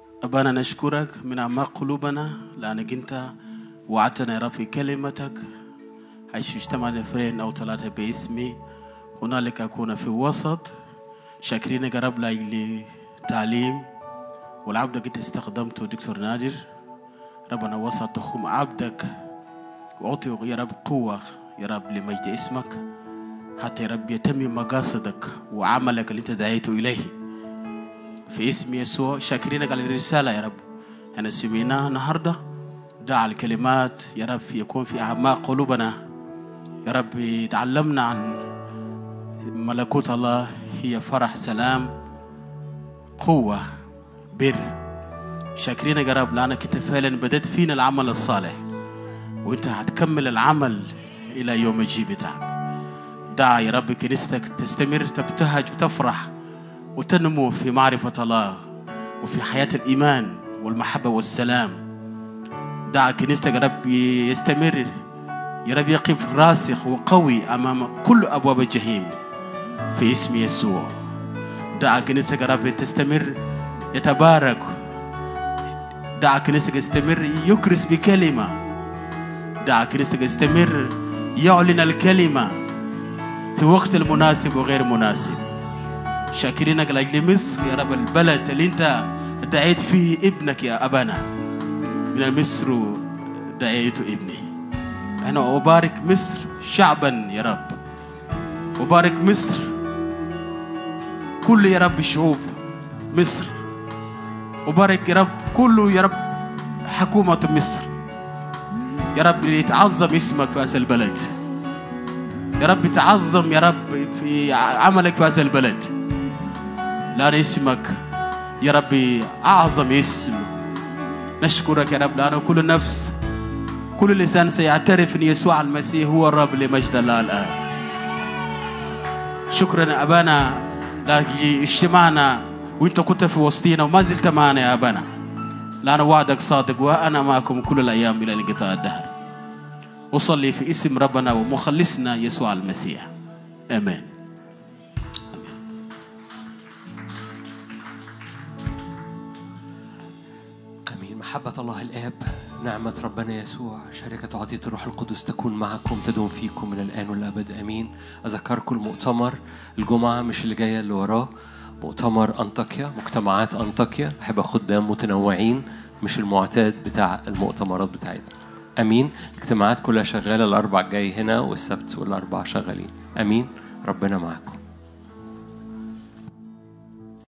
أبانا نشكرك من أعماق قلوبنا لأنك أنت وعدتنا يا رب في كلمتك حيث اجتمع نفرين أو ثلاثة باسمي هنالك أكون في وسط. شاكرين يا رب لأجل تعليم والعبد قد استخدمته دكتور نادر. ربنا وسط تخوم عبدك وأعطي يا رب قوة يا رب لمجد اسمك حتى يا رب يتم مقاصدك وعملك اللي أنت دعيته إليه في اسم يسوع. شاكرين على الرسالة يا رب أنا سمعناها النهاردة. دع الكلمات يا رب يكون في أعماق قلوبنا يا رب. تعلمنا عن ملكوت الله هي فرح سلام قوة بر. شاكرين يا رب لأنك أنت فعلا بدأت فينا العمل الصالح وأنت هتكمل العمل إلى يوم الجي بتاعك. دع يا رب كنيستك تستمر تبتهج وتفرح وتنمو في معرفة الله وفي حياة الإيمان والمحبة والسلام. دع كنيستك يا رب يستمر يا رب يقف راسخ وقوي أمام كل أبواب الجحيم في اسم يسوع. دع كنيستك يا رب تستمر يتبارك. دع كنيستك يستمر يكرس بكلمة. دع كنيستك يستمر يعلن الكلمة في وقت المناسب وغير مناسب. شاكرينك لأجل مصر يا رب البلد اللي انت دعيت فيه ابنك يا أبانا. من مصر دعيت ابني. أنا أبارك مصر شعبا يا رب. أبارك مصر كل يا رب شعوب مصر. أبارك يا رب كله يا رب حكومة مصر يا رب. يتعظم اسمك في هذا البلد يا رب. تعظم يا رب في عملك في هذا البلد لأن اسمك يا رب أعظم اسم. نشكرك يا رب لأن كل نفس كل لسان سيعترف أن يسوع المسيح هو الرب لمجد الله الآن. شكرا أبانا لأجل اجتماعنا وانت كنت في وسطينا وما زلت معنا يا أبانا لأن وعدك صادق وأنا معكم كل الأيام إلى انقضاء الدهر. أصلي في اسم ربنا ومخلصنا يسوع المسيح آمين. آمين. محبة الله الآب نعمة ربنا يسوع شركة عطية الروح القدس تكون معكم تدوم فيكم من الآن والأبد آمين. أذكركم المؤتمر الجمعة مش اللي جاية اللي وراه مؤتمر أنطاكيا مجتمعات أنطاكيا. أحب خدام متنوعين مش المعتاد بتاع المؤتمرات بتاعتنا. أمين. الاجتماعات كلها شغالة. الأربع جاي هنا والسبت والأربع شغالين. أمين. ربنا معكم.